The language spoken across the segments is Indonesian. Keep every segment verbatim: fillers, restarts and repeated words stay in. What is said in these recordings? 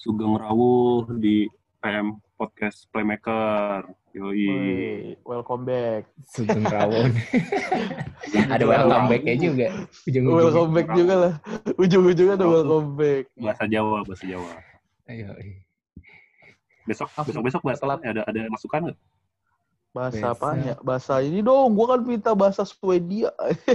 Sugeng Rawuh di P M Podcast Playmaker. Yoi. Woi, welcome back. Sugeng Rawuh. Ada welcome back-nya juga. Ujung-ujungnya. Welcome back juga lah. Ujung-ujungnya ada welcome back. Bahasa Jawa, bahasa Jawa. Ayo. Besok, besok-besok bahasa apa? Ada ada masukan nggak? Bahasa apaan ya? Bahasa ini dong. Gua kan minta bahasa Swedia.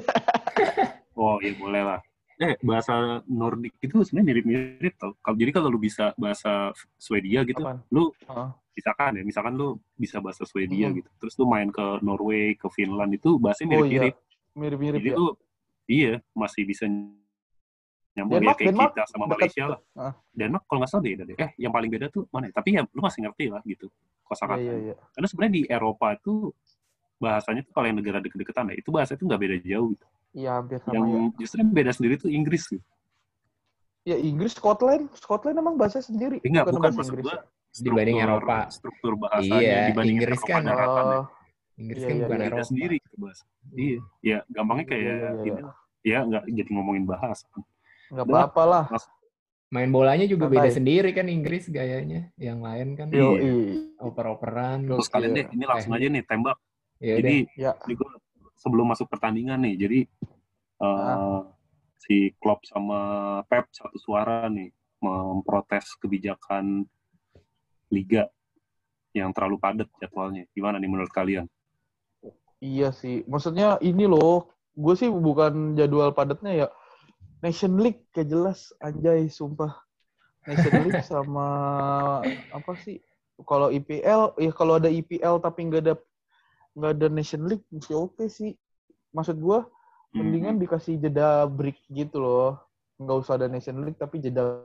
Oh iya boleh lah. Eh bahasa Nordik itu sebenarnya mirip-mirip tau. Kalau jadi kalau lu bisa bahasa Swedia gitu, Apaan? lu Uh. misalkan ya, misalkan lu bisa bahasa Swedia Hmm. gitu, terus lu main ke Norway, ke Finland itu bahasanya Oh mirip-mirip. iya, mirip-mirip Jadi ya. lu iya masih bisa nyambung ya Denmark, kayak Denmark kita sama dekat. Malaysia lah. Ah. Denmark kalau nggak salah beda deh. Eh yang paling beda tuh mana? Tapi ya lu masih ngerti lah gitu kosakata. Iya, iya, iya. Karena sebenarnya di Eropa itu bahasanya tuh kalau yang negara deket-deketan ya itu bahasa itu nggak beda jauh gitu. Iya, hampir sama Yang ya. justru yang beda sendiri tuh Inggris gitu. Ya Inggris, Scotland, Scotland emang bahasa sendiri. Eh, enggak, bukan bahasa maksud Inggris. gua struktur, Dibanding Eropa. struktur bahasanya Iya, dibanding Inggris Eropa kan. daratan ya. Oh, Inggris Iya, kan iya, bukan iya. Beda Eropa. sendiri gitu bahasa. Iya, ya gampangnya Iya, kayak iya, iya, ini iya. lah. Ya nggak jadi ngomongin bahasa. nggak Udah, apa-apa lah. mas- Main bolanya juga Santai. beda sendiri kan Inggris gayanya. Yang lain kan Iya. Yoi. oper-operan. Terus kalian deh, ini langsung Eh, aja nih tembak. Ya Jadi udah. Ya. ini gua sebelum masuk pertandingan nih, jadi uh, si Klopp sama Pep satu suara nih memprotes kebijakan liga yang terlalu padat jadwalnya. Gimana nih menurut kalian? Iya sih. Maksudnya ini loh, gue sih bukan jadwal padatnya ya. Nation League kayak jelas, anjay, sumpah. Nation League sama apa sih? Kalau I P L, ya kalau ada I P L tapi nggak ada nggak ada Nation League, masih oke sih. Maksud gue, mendingan dikasih jeda break gitu loh. Nggak usah ada Nation League tapi jeda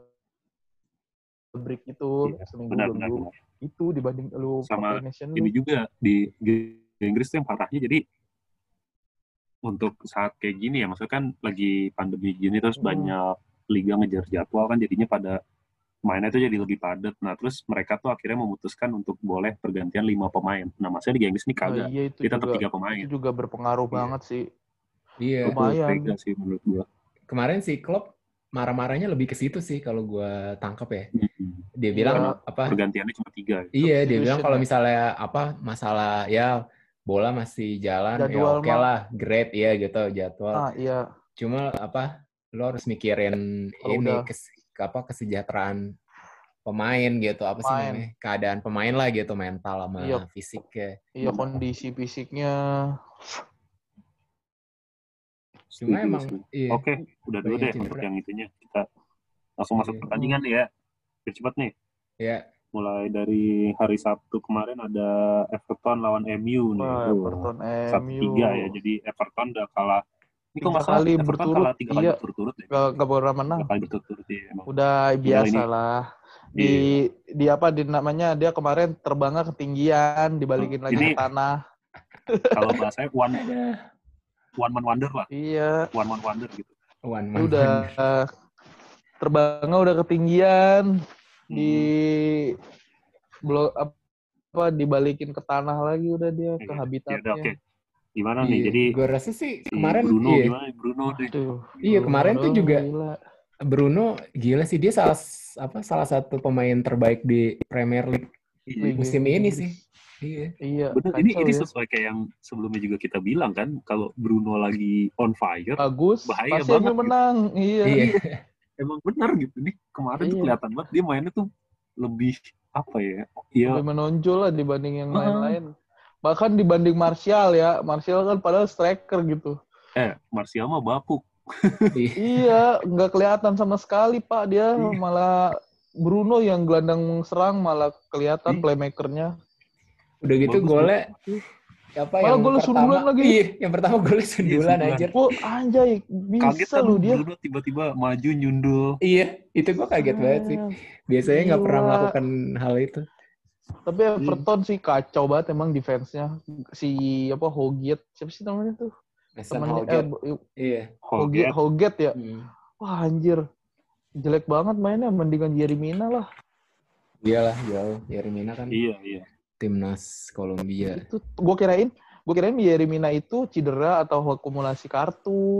break itu Iya, seminggu benar, dua benar, minggu. benar. Itu dibanding lu Sama pakai Nation ini League. juga di, di Inggris tuh yang parahnya jadi untuk saat kayak gini ya, maksudnya kan lagi pandemi gini terus Hmm. banyak liga ngejar jadwal kan jadinya pada mainnya tuh jadi lebih padat. Nah terus mereka tuh akhirnya memutuskan untuk boleh pergantian lima pemain. Nah maksudnya di Inggris ini Nah, kagak, iya itu dia tetap juga tiga pemain. itu juga berpengaruh Iya. banget sih. Iya. Itu Lumayan. tega sih menurut gua. Kemarin si Klopp marah-marahnya lebih ke situ sih kalau gue tangkap ya. Hmm. Dia Iya. bilang Karena apa? pergantiannya cuma tiga. Gitu. Iya, dia bilang Substitution kalau ya. misalnya apa masalah ya bola masih jalan Jadwal ya oke mah. lah, great ya gitu jadwal. Ah iya. Cuma apa lo harus mikirin Kalau ini udah kes, apa kesejahteraan pemain gitu, apa sih Pemain. namanya? Keadaan pemain lah gitu, mental sama Iya. fisiknya. Iya kondisi fisiknya. Cuma Setuju, emang setuju. iya. Oke, udah dulu Banyak deh cedera. untuk yang itunya. Kita langsung masuk Iya. pertandingan nih ya. Biar cepat nih. Ya, Mulai dari hari Sabtu kemarin ada Everton lawan M U nih. Wah, Oh, Everton satu M U. tiga ya. Jadi Everton udah kalah. Ini kok Tiga nggak salah kali Everton berturut. kalah tiga kali Iya. berturut-turut ya. Gak, gak pernah menang. Tiga kali berturut-turut ya emang. Udah Padahal biasa ini- lah. Di di apa di namanya dia kemarin terbangnya ketinggian, dibalikin lagi Ini- ke tanah. Kalau bahasanya one one man wonder lah. Iya. One man wonder gitu. one Dia man udah wonder. terbangnya udah ketinggian, di Hmm. blok apa dibalikin ke tanah lagi udah dia ke Ya, habitatnya. udah, oke. Gimana Iya, nih? Jadi gue rasa sih si kemarin Bruno iya, gimana? Bruno deh. Aduh. Iya, kemarin tuh Bruno, juga gila. Bruno gila sih, dia salah apa salah satu pemain terbaik di Premier League Iya. musim Liga ini Inggris. sih. Iya. Iya, Bener, ini kacau ini ya. sesuai kayak yang sebelumnya juga kita bilang kan, kalau Bruno lagi on fire, Bagus, bahaya pasti banget M U menang. Iya. Iya. emang bener gitu. Nih kemarin tuh Iya. kelihatan banget dia mainnya tuh lebih apa ya? Ya Lebih menonjol lah dibanding yang Heeh. lain-lain. Bahkan dibanding Martial ya. Martial kan padahal striker gitu. eh Martial mah bapuk. Iya, nggak kelihatan sama sekali Pak. Dia Iya. malah Bruno yang gelandang serang malah kelihatan Iya. playmaker-nya. Udah gitu Bagus, golnya apa Malah yang golnya pertama? sundulan lagi. Iya, yang pertama golnya sundulan sundulan. aja. Oh anjay, Kaget bisa kan lu dia. Bruno tiba-tiba maju nyundul. Iya, itu gue kaget banget sih. Biasanya nggak pernah Gila. melakukan hal itu. Tapi Everton sih kacau banget emang defense-nya. Si apa Hoget, siapa sih namanya tuh? Mason Temannya Holgate. eh, Iya. Hoget, Hoget ya. Hmm. Wah anjir. Jelek banget mainnya, mendingan Jeremina lah. Iyalah, jauh. Yeremina kan Iya, iya. timnas Kolombia. Itu gue kirain, gue kirain Jeremina itu cedera atau akumulasi kartu.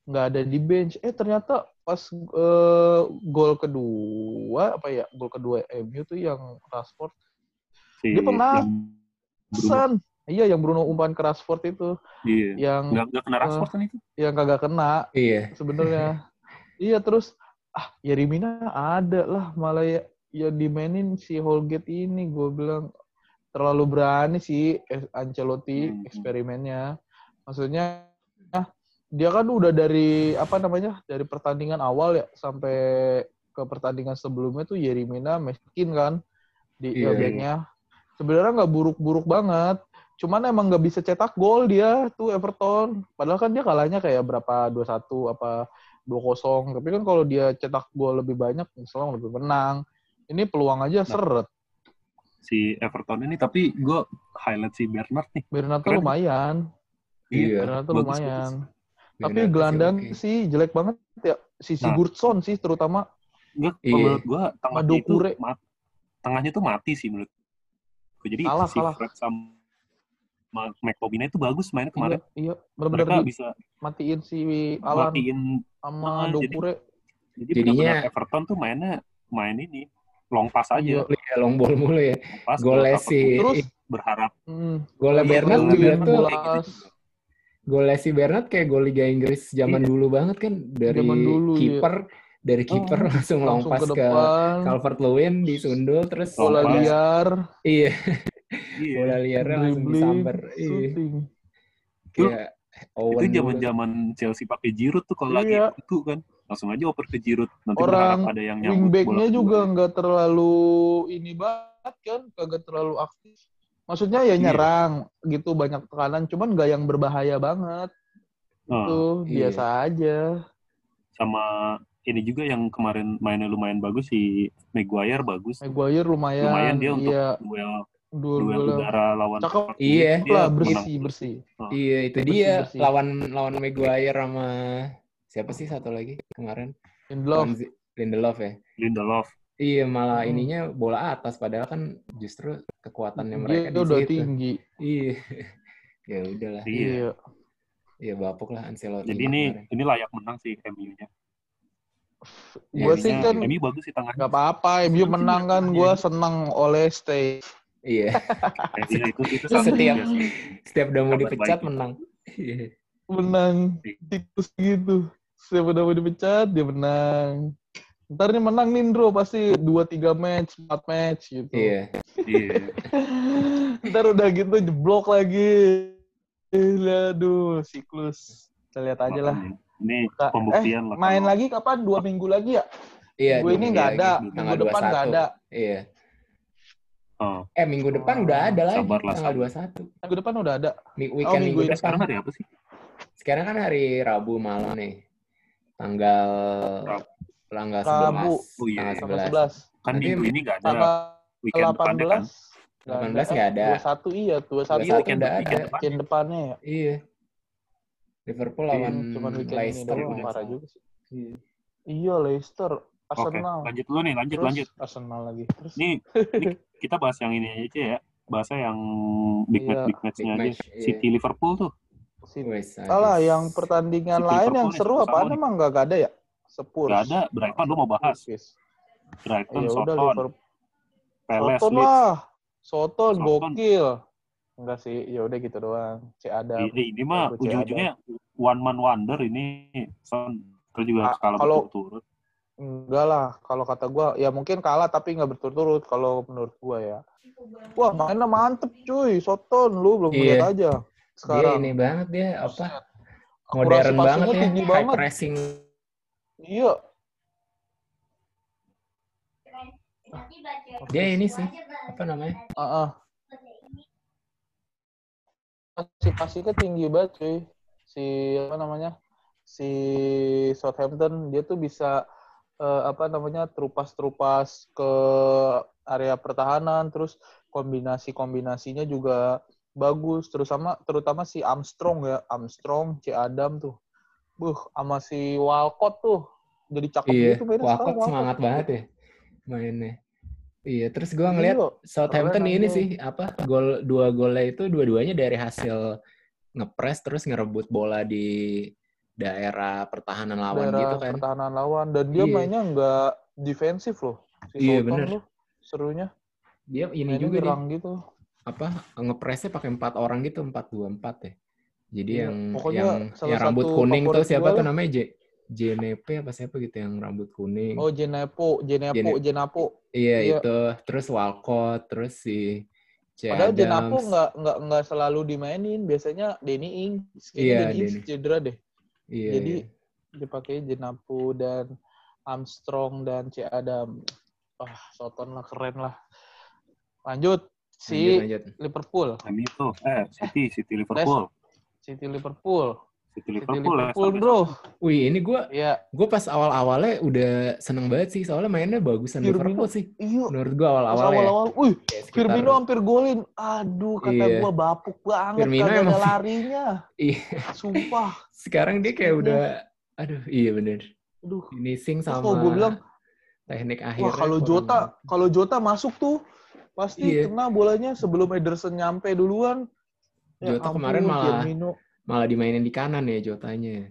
nggak ada di bench. Eh ternyata pas uh, gol kedua apa ya gol kedua M U tuh yang Rashford si dia pemasan. yang Iya yang Bruno umpan ke Rashford itu. Iya. Yang nggak nggak kena Rashford uh, kan itu? Yang kagak kena. Iya. Sebenarnya. Iya terus ah Yerry Mina ada lah malah ya, ya dimainin si Holgate ini gue bilang terlalu berani sih Ancelotti hmm. eksperimennya. Maksudnya nah, dia kan udah dari apa namanya dari pertandingan awal ya sampai ke pertandingan sebelumnya tuh Yerry Mina miskin kan di yeah. backnya. Sebenarnya nggak buruk-buruk banget. Cuman emang nggak bisa cetak gol dia tuh Everton. Padahal kan dia kalahnya kayak berapa dua satu apa dua kosong. Tapi kan kalau dia cetak gol lebih banyak, misalnya lebih menang. Ini peluang aja seret. Si Everton ini, tapi gue highlight si Bernard nih. Bernard tuh lumayan. Iya. Bernard tuh lumayan. Bagus. Tapi gelandang okay. sih jelek banget ya. Si Sigurdsson nah, sih terutama. Enggak, iya. Menurut gue tengahnya itu mat- tengahnya tuh mati sih menurut gue. Jadi kalah, si kalah. Fred sama McTominay itu bagus mainnya kemarin. Iya, iya. benar-benar mereka bisa matiin si Alan matiin sama nah, Dokure. Jadi, jadi jadinya Everton tuh mainnya main ini long pass aja. Iya, long ball mulu ya. Golnya si terus berharap. Hmm, golnya Bernard juga tuh. Golnya si Bernard kayak gol Liga Inggris zaman iya. dulu banget kan dari kiper iya. dari kiper oh, langsung long pass ke, ke Calvert-Lewin disundul terus bola liar. Iya. Iya. Bola liarnya langsung disamber. Iya. Kayak Owen itu zaman-zaman Chelsea pakai Giroud tuh kalau iya. lagi itu kan langsung aja oper ke Giroud. Nanti orang berharap ada yang nyambut wingback-nya juga nggak terlalu ini banget kan, kagak terlalu aktif. Maksudnya ya nyerang iya. gitu banyak tekanan, cuman nggak yang berbahaya banget. Itu oh, biasa iya. aja. Sama ini juga yang kemarin mainnya lumayan bagus si Maguire bagus. Maguire lumayan. Lumayan dia untuk iya. duel duel, duel udara lawan. Cakep. Iya. Lah bersih bersih. Oh. Iya itu bersih, dia bersih. lawan lawan Maguire sama siapa sih satu lagi kemarin? Lindelof. Lindelof ya. Lindelof. Iya malah hmm. ininya bola atas padahal kan justru kekuatannya mereka dia di udah situ. tinggi. Iya. Ya udahlah. Iya. Iya bapuk lah Ancelotti. Jadi ini kemarin. ini layak menang sih M U-nya. Gue sih kan M U bagus sih tengahnya. Gak apa-apa, M U menang kan gue seneng oleh stay. Iya. Iya itu itu setiap setiap udah mau dipecat menang. Iya. Menang. Tikus gitu. Setiap udah mau dipecat dia menang. Ntar nih menang nih Indro pasti dua tiga match, empat match gitu. Iya. Iya. Ntar udah gitu jeblok lagi. Aduh, siklus. Kita lihat aja lah. Ini pembuktian eh, lah. Main lagi kapan? Dua minggu lagi ya? Iya. Minggu ini nggak ada. Minggu depan nggak ada. Iya. Oh. Eh minggu depan oh. udah ada lagi. Sabarlah, tanggal dua puluh satu. Minggu depan udah ada. Weekend oh, minggu, minggu depan. Sekarang hari apa sih? Sekarang kan hari Rabu malam nih. Tanggal Rabu. Tanggal sebelas. Oh iya. Tanggal sebelas. Kan nanti minggu ini nggak ada. Weekend depannya kan. delapan belas nggak ada. dua puluh satu iya. dua puluh satu weekend udah ada. Weekend depannya ya. Iya. Liverpool lawan hmm, Leicester doang parah juga sih. Iya, iya Leicester, Arsenal. Oke, lanjut dulu nih, lanjut Terus, lanjut. Arsenal lagi. Terus nih, nih kita bahas yang ini aja ya. Bahasa yang big match iya, big match-nya big aja. Match, iya. City Liverpool tuh. Alah, yang pertandingan City lain Liverpool yang seru apaan emang enggak ada ya? Spurs. Enggak ada, Brighton lu mau bahas. Brighton, ya Soton. Palace, Soton lah. Soton, gokil. Enggak sih, ya udah gitu doang. C Adam. Ini, ini mah ujung-ujungnya one man wonder ini. Son, terus juga kalah berturut-turut. Enggak lah, kalau kata gue, ya mungkin kalah tapi nggak berturut-turut kalau menurut gue ya. Wah, mainnya mantep cuy, Soton lu belum iya. lihat aja. Sekarang. Dia ini banget dia apa? Modern banget ya, tinggi high banget. pressing. Iya. Dia ini sih, apa namanya? Uh-uh. Partisipasinya tinggi banget cuy. Si apa namanya? Si Southampton dia tuh bisa uh, apa namanya? terupas-terupas ke area pertahanan, terus kombinasi-kombinasinya juga bagus, terus sama terutama si Armstrong ya, Armstrong, C Adam tuh. Buh, sama si Walcott tuh. Jadi cakep iya, gitu mainnya sekarang. Walcott semangat banget ya mainnya. Iya, terus gue ngeliat iya, Southampton ini aja. Sih apa gol dua golnya itu dua-duanya dari hasil ngepres terus ngerebut bola di daerah pertahanan lawan daerah gitu kan. pertahanan lawan. Dan dia iya. mainnya nggak defensif loh. Si iya, Soton bener. loh, serunya. Dia ini mainnya juga nyerang dia. gitu. Apa, ngepresnya pakai empat orang gitu, empat dua empat ya. Jadi iya. yang Pokoknya yang, yang rambut kuning tuh siapa tuh namanya? J Jenepe apa siapa gitu yang rambut kuning. Oh, Jenepo, Jenepo, Jene... Jenapo. Iya, iya, itu. Terus Walcott, terus si C. Padahal Adams. Jenapo nggak nggak nggak selalu dimainin, biasanya Danny Ings. Kayaknya iya, Danny Ings cedera deh. Iya, Jadi iya. dipakai Jenapo dan Armstrong dan C. Adams. Wah, Soton lah, keren lah. Lanjut si lanjut, lanjut. Liverpool. Itu eh City, City Liverpool. City Liverpool. City Liverpool, City Liverpool, bro. Wih, ini gue ya. gue pas awal-awalnya udah seneng banget sih, soalnya mainnya bagusan Liverpool sih. Iya. Menurut gue awal-awalnya. Awal-awal, wih, ya, sekitar... Firmino hampir golin. Aduh, kata iya. gue bapuk banget Firmino kagak emang... ada larinya. Iya. Sumpah. Sekarang dia kayak Speednya. udah, aduh, iya bener. Aduh. Finishing sama gue bilang, teknik akhirnya. Wah, kalau Jota, kalau Jota masuk tuh pasti iya. kena bolanya sebelum Ederson nyampe duluan. Jota ya, kemarin ampun, malah Firmino. malah dimainin di kanan ya Jotanya.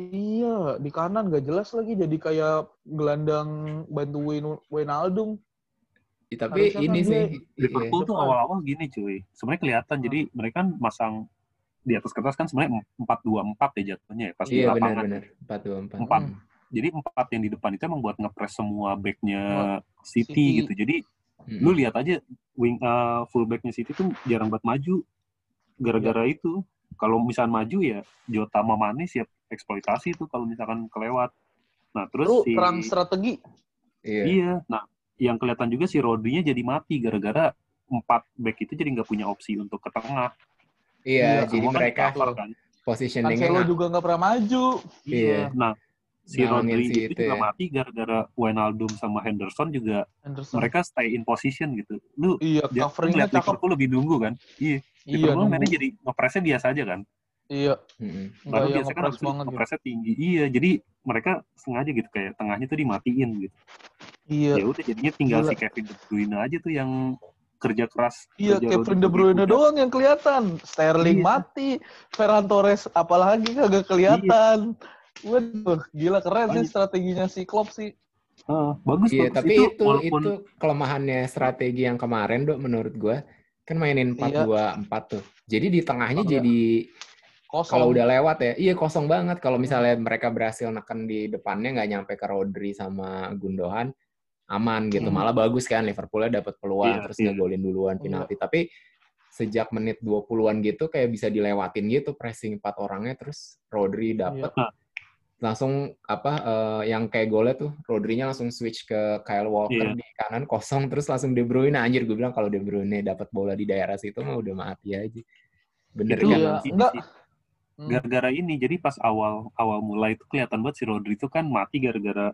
Iya, di kanan gak jelas lagi jadi kayak gelandang bantuin Wijnaldum. Ya, tapi Harusnya ini kan sih Liverpool iya. tuh awal-awal gini cuy. Sebenarnya kelihatan hmm. jadi mereka kan masang di atas kertas kan sebenarnya empat dua empat ya jatuhnya ya pas iya, di lapangan. Iya benar empat dua empat. empat. Hmm. Jadi empat yang di depan itu emang buat ngepres semua back-nya oh, City, City gitu. Jadi hmm. lu lihat aja wing uh, full back-nya City tuh jarang buat maju. Gara-gara ya. itu kalau misalnya maju ya Jota sama Mane siap eksploitasi tuh kalau misalkan kelewat. Nah, terus Terus si perang strategi. Iya. iya. Nah, yang kelihatan juga si Rodri-nya jadi mati gara-gara empat back itu jadi nggak punya opsi untuk ke tengah. Iya, jadi mereka kan, kan. positioning-nya Cancelo juga nggak pernah maju. Iya. Nah, si Rodri si itu, itu juga ya. mati gara-gara Wijnaldum sama Henderson juga Henderson. Mereka stay in position gitu. Lu iya, covernya cakep. Liverpool lebih nunggu kan? Iya. Iya, Liverpool mainnya jadi ngepresnya biasa aja kan? Iya. Mm-hmm. Baru biasanya kan harus ngepresnya tinggi. Iya, jadi mereka sengaja gitu kayak tengahnya tuh dimatiin gitu. Iya. Ya udah jadinya tinggal Gila. si Kevin De Bruyne aja tuh yang kerja keras. Iya, kerja Kevin De Bruyne doang yang kelihatan. Sterling iya. mati, Ferran Torres apalagi kagak kelihatan. Iya. Waduh, gila keren Banyak. sih strateginya si Klopp sih. Uh, bagus Iya, bagus. tapi itu itu, walaupun... itu kelemahannya strategi yang kemarin, Dok, menurut gue. Kan mainin empat dua empat tuh. Jadi di tengahnya oh, jadi kosong. Kalau udah lewat ya, iya kosong banget. Kalau misalnya hmm. mereka berhasil neken di depannya nggak nyampe ke Rodri sama Gundogan, aman gitu. Hmm. Malah bagus kan Liverpoolnya dapat peluang yeah, terus yeah. ngegolin duluan penalti. Yeah. Tapi sejak menit dua puluhan gitu kayak bisa dilewatin gitu pressing empat orangnya terus Rodri dapat yeah. langsung apa uh, yang kayak golnya tuh Rodri-nya langsung switch ke Kyle Walker yeah. di kanan kosong terus langsung De Bruyne. Anjir gue bilang kalau De Bruyne dapat bola di daerah situ mah udah mati aja. Bener itu kan? Ya, enggak. Gara-gara ini jadi pas awal awal mulai itu kelihatan banget si Rodri itu kan mati gara-gara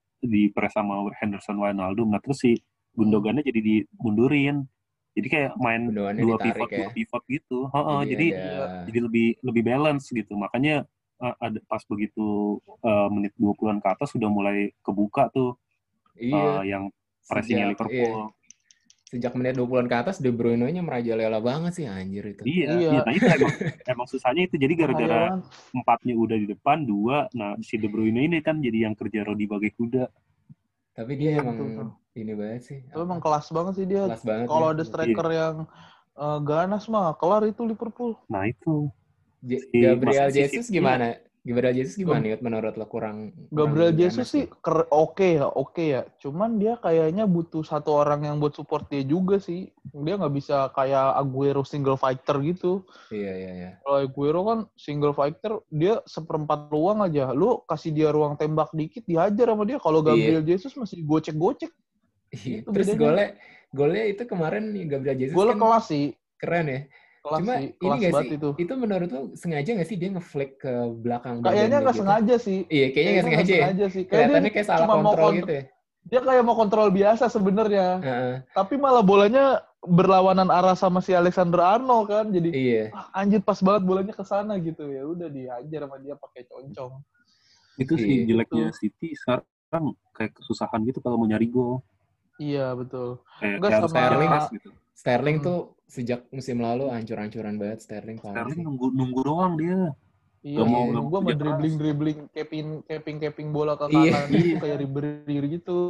di press sama Henderson Wijnaldum. Nah terus si Gundogannya jadi dimundurin. Jadi kayak main Gundogannya dua pivot ya? dua pivot gitu. Heeh, jadi jadi, ada... jadi lebih lebih balance gitu. Makanya uh, ada pas begitu uh, menit dua puluhan ke atas sudah mulai kebuka tuh iya. uh, yang pressing-nya Liverpool. Iya. Sejak menit dua puluhan ke atas De Bruyne-nya merajalela banget sih anjir itu. Iya, iya. iya nah itu emang emang susahnya itu jadi gara-gara empatnya udah di depan, dua, nah si De Bruyne ini kan jadi yang kerja rodi bagai kuda. Tapi dia iya, emang betul. Ini banget sih. Itu emang kelas banget sih dia. Kalau ada striker iya. yang uh, ganas mah kelar itu Liverpool. Nah itu. J- si Gabriel Jesus si gimana? Gabriel Jesus gimana nih menurut lo kurang? Gabriel kurang Jesus sih oke okay ya, oke okay ya. Cuman dia kayaknya butuh satu orang yang buat support dia juga sih. Dia nggak bisa kayak Aguero single fighter gitu. Iya iya iya. Kalau Aguero kan single fighter, dia seperempat peluang aja. Lu kasih dia ruang tembak dikit dihajar sama dia. Kalau Gabriel iya. Jesus masih gocek-gocek. Iya. Gitu terus golnya golnya itu kemarin nih Gabriel Jesus golnya kan kelas sih. Keren ya. Kelas Cuma sih, ini nggak sih? Itu. itu menurut lo sengaja nggak sih dia ngeflick ke belakang? Kayaknya nggak gitu? sengaja sih. Iya, kayaknya nggak sengaja, sengaja sih. Kayak kelihatannya kayak salah kontrol kont- gitu ya. Dia kayak mau kontrol biasa sebenarnya. Uh-uh. Tapi malah bolanya berlawanan arah sama si Alexander Arnold kan. Jadi iya. ah, anjir pas banget bolanya ke sana gitu ya. Udah dihajar sama dia pakai concong. Itu sih iya. jeleknya City sekarang kayak kesusahan gitu kalau mau nyari gol. Iya, betul. Kayak, Enggak kayak sama Sterling, gitu. Sterling hmm. tuh sejak musim lalu hancur-hancuran banget Sterling. Sterling nunggu nunggu doang dia. Iya, gak mau, iya. gak mau Gue mah kerja dribbling keras. dribbling, caping caping caping bola ke Iya. kanan gitu kayak Ribery gitu.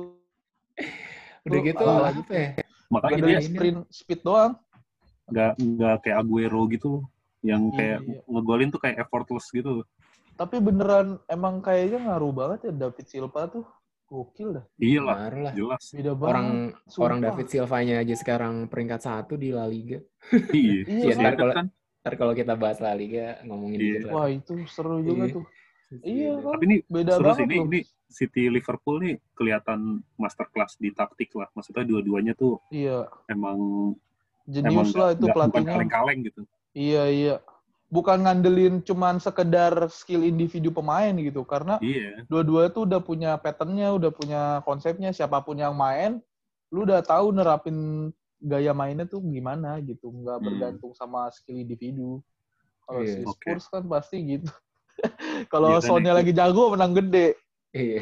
Udah gitu Ala-ala apa gitu. ya? Makanya Gak dia dari sprint speed doang. nggak nggak kayak Aguero gitu loh, yang kayak Iya. ngegolin tuh kayak effortless gitu. Tapi beneran emang kayaknya ngaruh banget ya David Silva tuh. Gokil dah. Iya lah, Ngaruh lah. jelas. Beda banget. Orang sumpah. orang David Silva-nya aja sekarang peringkat satu di La Liga. Iya, Ya, ntar kalau kan. ntar kalau kita bahas La Liga ngomongin Iya. dikit lah. Wah itu seru juga Iya. tuh. Iya kan. Tapi ini beda seru banget sih, ini, loh. ini City Liverpool nih kelihatan masterclass di taktik lah. Maksudnya dua-duanya tuh Iya. emang jenius emang lah itu gak, pelatihnya. bukan kaleng-kaleng gitu. Iya iya. Bukan ngandelin cuman sekedar skill individu pemain gitu, karena iya. dua-duanya tuh udah punya patternnya, udah punya konsepnya. Siapapun yang main, lu udah tahu nerapin gaya mainnya tuh gimana gitu, nggak Hmm. bergantung sama skill individu. Kalau Iya, si oke. Spurs kan pasti gitu. Kalau Iya kan, Sonnya itu. lagi jago menang gede. Iya.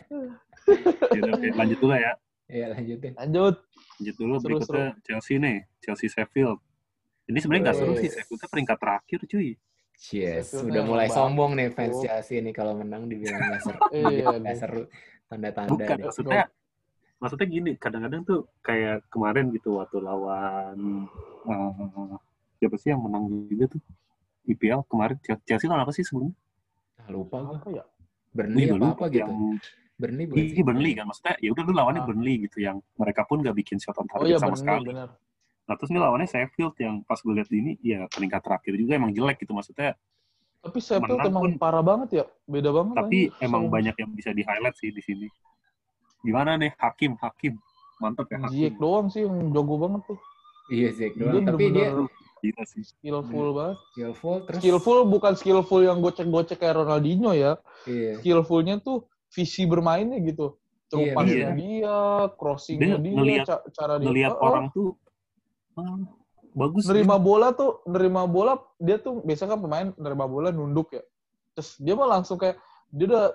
Yaudah, oke. Lanjut dulu ya. Iya lanjut deh. Lanjut. Lanjut dulu, Seru, berikutnya Chelsea nih. Chelsea Sheffield. Ini sebenarnya nggak seru sih, Wes. Sheffieldnya peringkat terakhir cuy. Yes, Sheffieldnya udah emang mulai bagus. sombong nih fans Chelsea nih kalau menang dibilang nggak seru. Iya, Nggak nih. seru. Tanda-tanda Bukan, nih. maksudnya maksudnya gini, kadang-kadang tuh kayak kemarin gitu waktu lawan uh, siapa sih yang menang juga tuh I P L kemarin, Chelsea lawan apa sih sebelumnya? Ah, lupa gue. Apa ya? Burnley Gue apa lupa apa gitu. yang Burnley bukan sih? Iya Burnley kan, maksudnya ya udah lu lawannya Ah. Burnley gitu, yang mereka pun gak bikin shot on Oh target iya sama benar sekali. benar. Nah terus ini lawannya Sheffield yang pas gue lihat ini ya peringkat terakhir juga emang jelek gitu, maksudnya. Tapi Sheffield Menang emang pun, parah banget ya, beda banget. Tapi aja. emang So, banyak yang bisa di highlight sih di sini. Gimana nih Hakim, Hakim mantap ya Hakim. Ziyech doang sih yang jago banget tuh. Iya Ziyech doang. Dia Tapi dia gila sih. Skillful banget. Skillful terus. Skillful bukan skillful yang gocek-gocek kayak Ronaldinho ya. Iya. Skillfulnya tuh visi bermainnya gitu. Terupasnya iya, dia, crossingnya dia, ngelihat, ca- cara dia. ngelihat oh, orang tuh oh, bagus. Nerima gitu. bola tuh, nerima bola dia tuh biasanya kan pemain nerima bola nunduk ya. Terus dia mah langsung kayak dia udah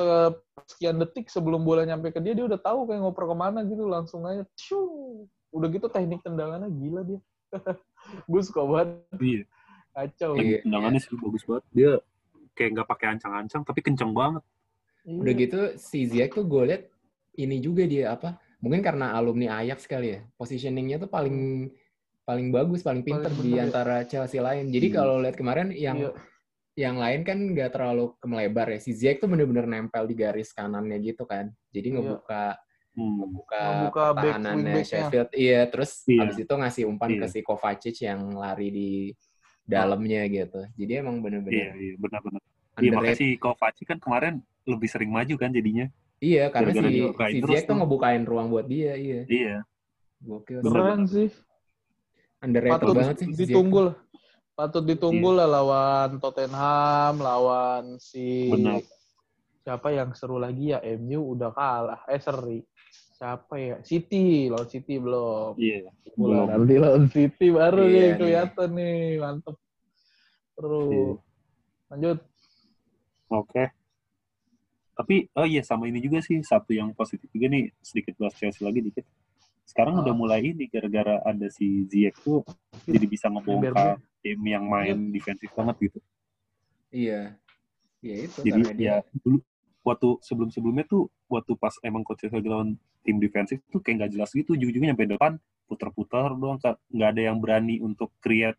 sekian detik sebelum bola nyampe ke dia, dia udah tahu kayak ngoper kemana gitu, langsung aja. Ciu. Udah gitu teknik tendangannya gila dia. Gue suka banget. Iya. Kacau. Teknik tendangannya sih bagus banget. Dia kayak nggak pakai ancang-ancang tapi kenceng banget. Udah gitu si Ziyech tuh gue liat ini juga dia apa? Mungkin karena alumni Ajax kali ya. Positioningnya tuh paling paling bagus, paling pinter paling di antara ya. Chelsea lain. Jadi hmm. kalau lihat kemarin yang iya. yang lain kan nggak terlalu kemelebar ya. Si Ziyech tuh bener-bener nempel di garis kanannya gitu kan. Jadi iya. ngebuka hmm. ngebuka, ngebuka pertahanannya Sheffield. Iya, terus iya. habis itu ngasih umpan iya. ke si Kovacic yang lari di dalamnya gitu. Jadi emang bener-bener. Iya, iya benar-benar. Iya makanya si Kovacic kan kemarin lebih sering maju kan jadinya. Iya, karena Gara-gara si, si Ziyech tuh ngebukain ruang buat dia, iya. Iya. Gokil. Keren sih. Underrated Patut banget sih. Ditunggu lah. Patut ditunggu iya. lah lawan Tottenham, lawan si... Benar. Siapa yang seru lagi ya? M U udah kalah. Eh, seri. Siapa ya? City. Lawan City belum. Iya. Belum. Nanti lawan City baru iya, nih, kelihatan nih. nih. Mantep. Terus. Iya. Lanjut. Oke. Okay. Tapi, oh iya sama ini juga sih, satu yang positif juga nih, sedikit bahas Chelsea lagi dikit. Sekarang oh. udah mulai ini, gara-gara ada si Ziyech tuh, jadi bisa ngebongkar tim yang main yeah. defensif banget gitu. Iya. Iya itu. Jadi dia... ya, dulu, waktu sebelum-sebelumnya tuh, waktu pas emang coach Chelsea lawan tim defensif tuh kayak nggak jelas gitu, ujung-ujungnya sampai depan, puter-puter doang, nggak ada yang berani untuk create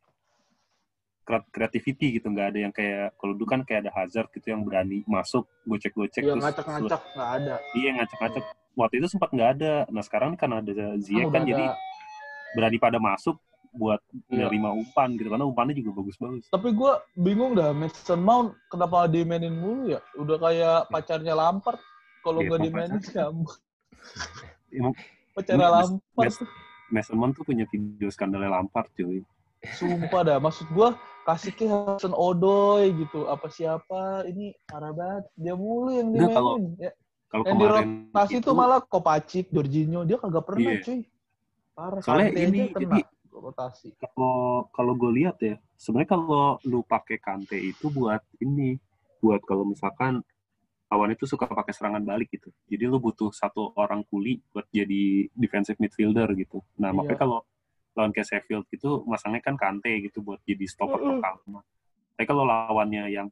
creativity gitu, nggak ada yang kayak kalau dulu kan kayak ada Hazard gitu yang berani masuk gocek-gocek iya, terus ngacak-ngacak nggak ada. Iya ngacak-ngacak waktu itu sempat nggak ada. Nah sekarang kan ada Ziyech kan jadi ada. Berani pada masuk buat iya. nerima umpan gitu karena umpannya juga bagus-bagus. Tapi gue bingung dah Mason Mount kenapa dimainin mulu ya? Udah kayak pacarnya Lampard kalau nggak dimainin kamu. Pacarnya Lampard. Mason Mount tuh punya video skandalnya Lampard cuy. Sumpah dah, maksud gue kasih ke Hudson Odoi gitu, apa siapa, ini parah banget, dia mulu yang dimainin. Kalau, ya. kalau yang dirotasi itu malah Kovacic, Jorginho, dia kagak pernah iya. cuy. Parah, soalnya Kante ini aja kena rotasi. Kalau kalau gue lihat ya, sebenarnya kalau lu pakai Kante itu buat ini, buat kalau misalkan lawan itu suka pakai serangan balik gitu. Jadi lu butuh satu orang kuli buat jadi defensive midfielder gitu. Nah iya. makanya kalau lawan kayak Sheffield gitu, masangnya kan Kante gitu buat jadi stopper uh-uh. pertama. Tapi kalau lawannya yang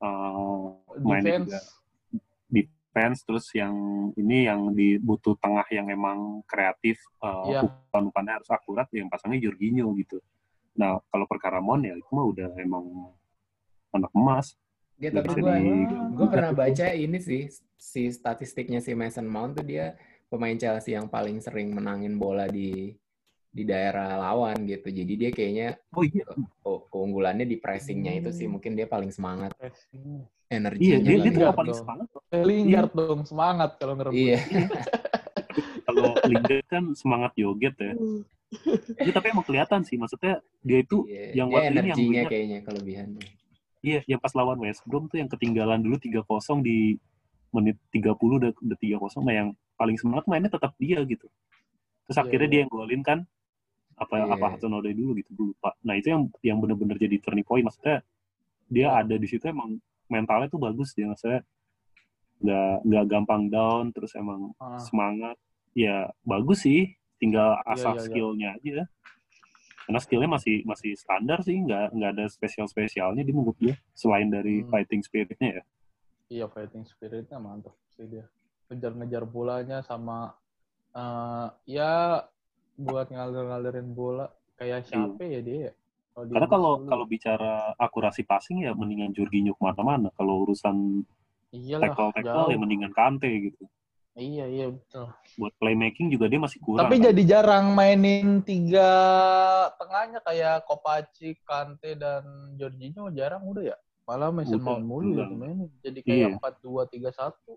uh, mainnya juga defense, terus yang ini yang dibutuh tengah yang emang kreatif, uh, yeah. umpan-umpannya harus akurat, yang pasangnya Jorginho gitu. Nah kalau perkara Mon ya itu mah udah emang anak emas. Dia tapi gue gue pernah baca ini sih si statistiknya si Mason Mount tuh dia pemain Chelsea yang paling sering menangin bola di di daerah lawan gitu. Jadi dia kayaknya oh, iya. ke, keunggulannya di pressingnya itu sih mungkin dia paling semangat. Iya, Energinya dia, dia tuh Lingard paling dong. semangat. Lingard dong semangat kalau ngerebut. Iya. Kalau Lingard kan semangat joget ya. Ya, tapi emang kelihatan sih, maksudnya dia itu yeah, yang dia waktu ini yang energinya kayaknya kelebihannya. Iya, yang pas lawan West Brom tuh yang ketinggalan dulu tiga kosong di menit tiga puluh udah udah tiga kosong, nah yang paling semangat mainnya tetap dia gitu. Terus yeah, akhirnya yeah. dia yang golin kan apa yeah. apa Hudson-Odoi dulu gitu dulu Pak. Nah, itu yang yang benar-benar jadi turning point, maksudnya dia yeah. ada di situ emang mentalnya tuh bagus dia, maksudnya nggak nggak gampang down, terus emang ah. semangat. Ya bagus sih, tinggal asah yeah, yeah, skillnya yeah. aja. Karena skillnya masih masih standar sih, nggak nggak ada spesial-spesialnya di menurut dia, selain dari hmm. fighting spiritnya ya. Iya, fighting spiritnya mantap sih dia. Ngejar-ngejar bolanya sama uh, ya buat ngalir-ngalirin bola kayak siapa hmm. ya dia. Kalo Karena kalau kalau bicara akurasi passing ya mendingan Jorginho kemana-mana. Kalau urusan tackle-tackle ya mendingan Kante gitu. Iya, iya betul. Buat playmaking juga dia masih kurang. Tapi kan? Jadi jarang mainin tiga tengahnya kayak Kovacic, Kante, dan Jorginho jarang udah ya. Malah Mason Mount mulu ya mainin. Jadi kayak empat dua tiga satu.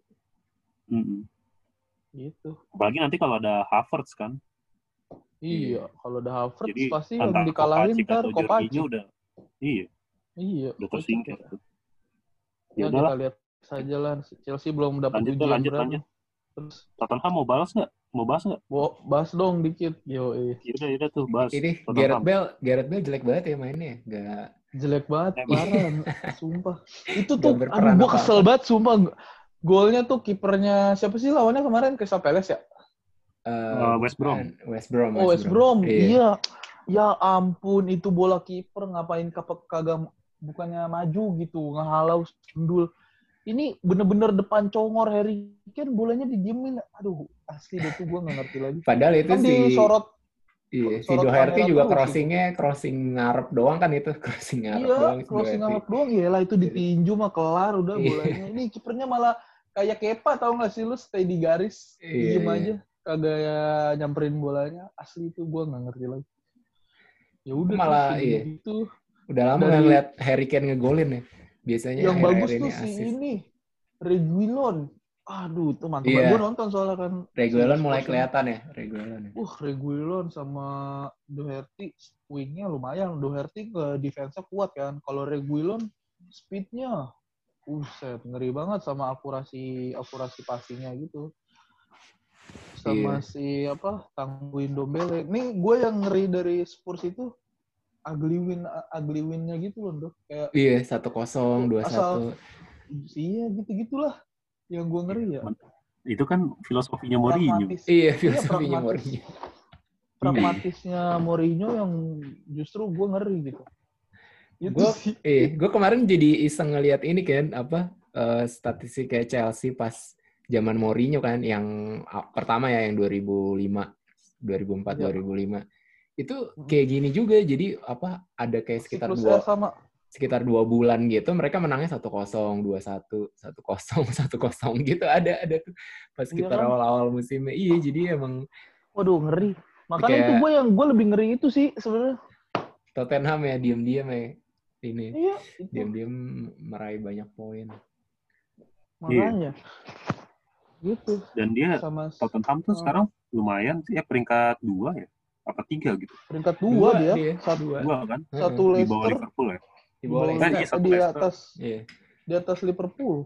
Gitu. Apalagi nanti kalau ada Havertz kan. Iya, kalau ada Havertz jadi, pasti yang dikalahin ntar Kovacic. Udah, iya. Iya. Udah tersingkir. Ya, ya kita lihat saja lah. Chelsea belum dapat ujian lanjut, lanjut, berapa. Lanjut. Terus Tottenham mau balas nggak? Mau bahas nggak? Mau bahas dong dikit. Yo, eh. Yaudah, yaudah tuh bahas. Ini Gareth Bale, Gareth Bale jelek banget ya mainnya. Gak jelek banget, parah. Sumpah. Itu tuh, aduh gue kesel banget, sumpah. Golnya tuh kipernya siapa sih lawannya kemarin? Crystal Palace ya? Uh, West Brom. West Brom. Oh, West Brom. Iya. iya. Ya ampun, itu bola kiper ngapain kagak bukannya maju gitu, ngehalau sundul. Ini bener-bener depan congor Harry Kane, bolanya didiemin. Aduh, asli deh tuh gue nggak ngerti lagi. Padahal itu kan si disorot, iya, si Doherty juga crossingnya crossing ngarep doang kan itu, crossing ngarep iya, doang. Iya, crossing ngarep doang. Iyalah itu ditinju mah kelar udah bolanya. Ini kipernya malah kayak Kepa, tau nggak sih lu, stay di garis, iya, diem iya. aja, kagak nyamperin bolanya. Asli itu gue nggak ngerti lagi. Ya udah malah iya. Gitu. Udah lama nggak ngeliat Harry Kane ngegolin ya. Biasanya yang bagus tuh si assist. Ini Reguilon. Aduh, itu mantap. Iya. Gue nonton soalnya kan. Reguilon mulai kelihatan ya, Reguilon. Uh, Reguilon sama Doherty wingnya lumayan. Doherty ke defense-nya kuat kan. Kalau Reguilon speed-nya buset, ngeri banget sama akurasi akurasi passing-nya gitu. Sama iya. si apa? Tangguin Ndombele. Nih gue yang ngeri dari Spurs itu ugly win ugly win-nya gitu loh, Dok. Kayak iya, satu kosong, dua satu. Iya, gitu-gitulah yang gue ngeri ya. Itu kan filosofinya Mourinho. Iya, filosofinya iya, Mourinho. Pragmatisnya Mourinho yang justru gue ngeri gitu. Gue eh gue kemarin jadi iseng ngelihat ini kan apa uh, statistik kayak Chelsea pas zaman Mourinho kan yang uh, pertama ya yang dua ribu lima, dua ribu empat, ya. dua ribu lima. Itu kayak gini juga, jadi apa ada kayak sekitar dua sama. sekitar dua bulan gitu mereka menangnya satu kosong, dua satu, satu kosong, satu kosong gitu ada ada tuh pas sekitar iya kan? Awal-awal musimnya. Iya, jadi emang waduh ngeri. Makanya kayak, itu gue yang gue lebih ngeri itu sih sebenarnya. Tottenham ya diam-diam ya ini. Iya, diam-diam meraih banyak poin. Makanya. Iya. Gitu. Dan dia sama Tottenham tuh oh. sekarang lumayan sih ya peringkat dua ya. Apa tiga gitu? Peringkat dua, dua dia. dia. Satu dua. dua kan? Satu hmm. Leicester. Di bawah Liverpool ya. Di bawah Leicester. Nah, iya, di atas. Iya. Di atas Liverpool.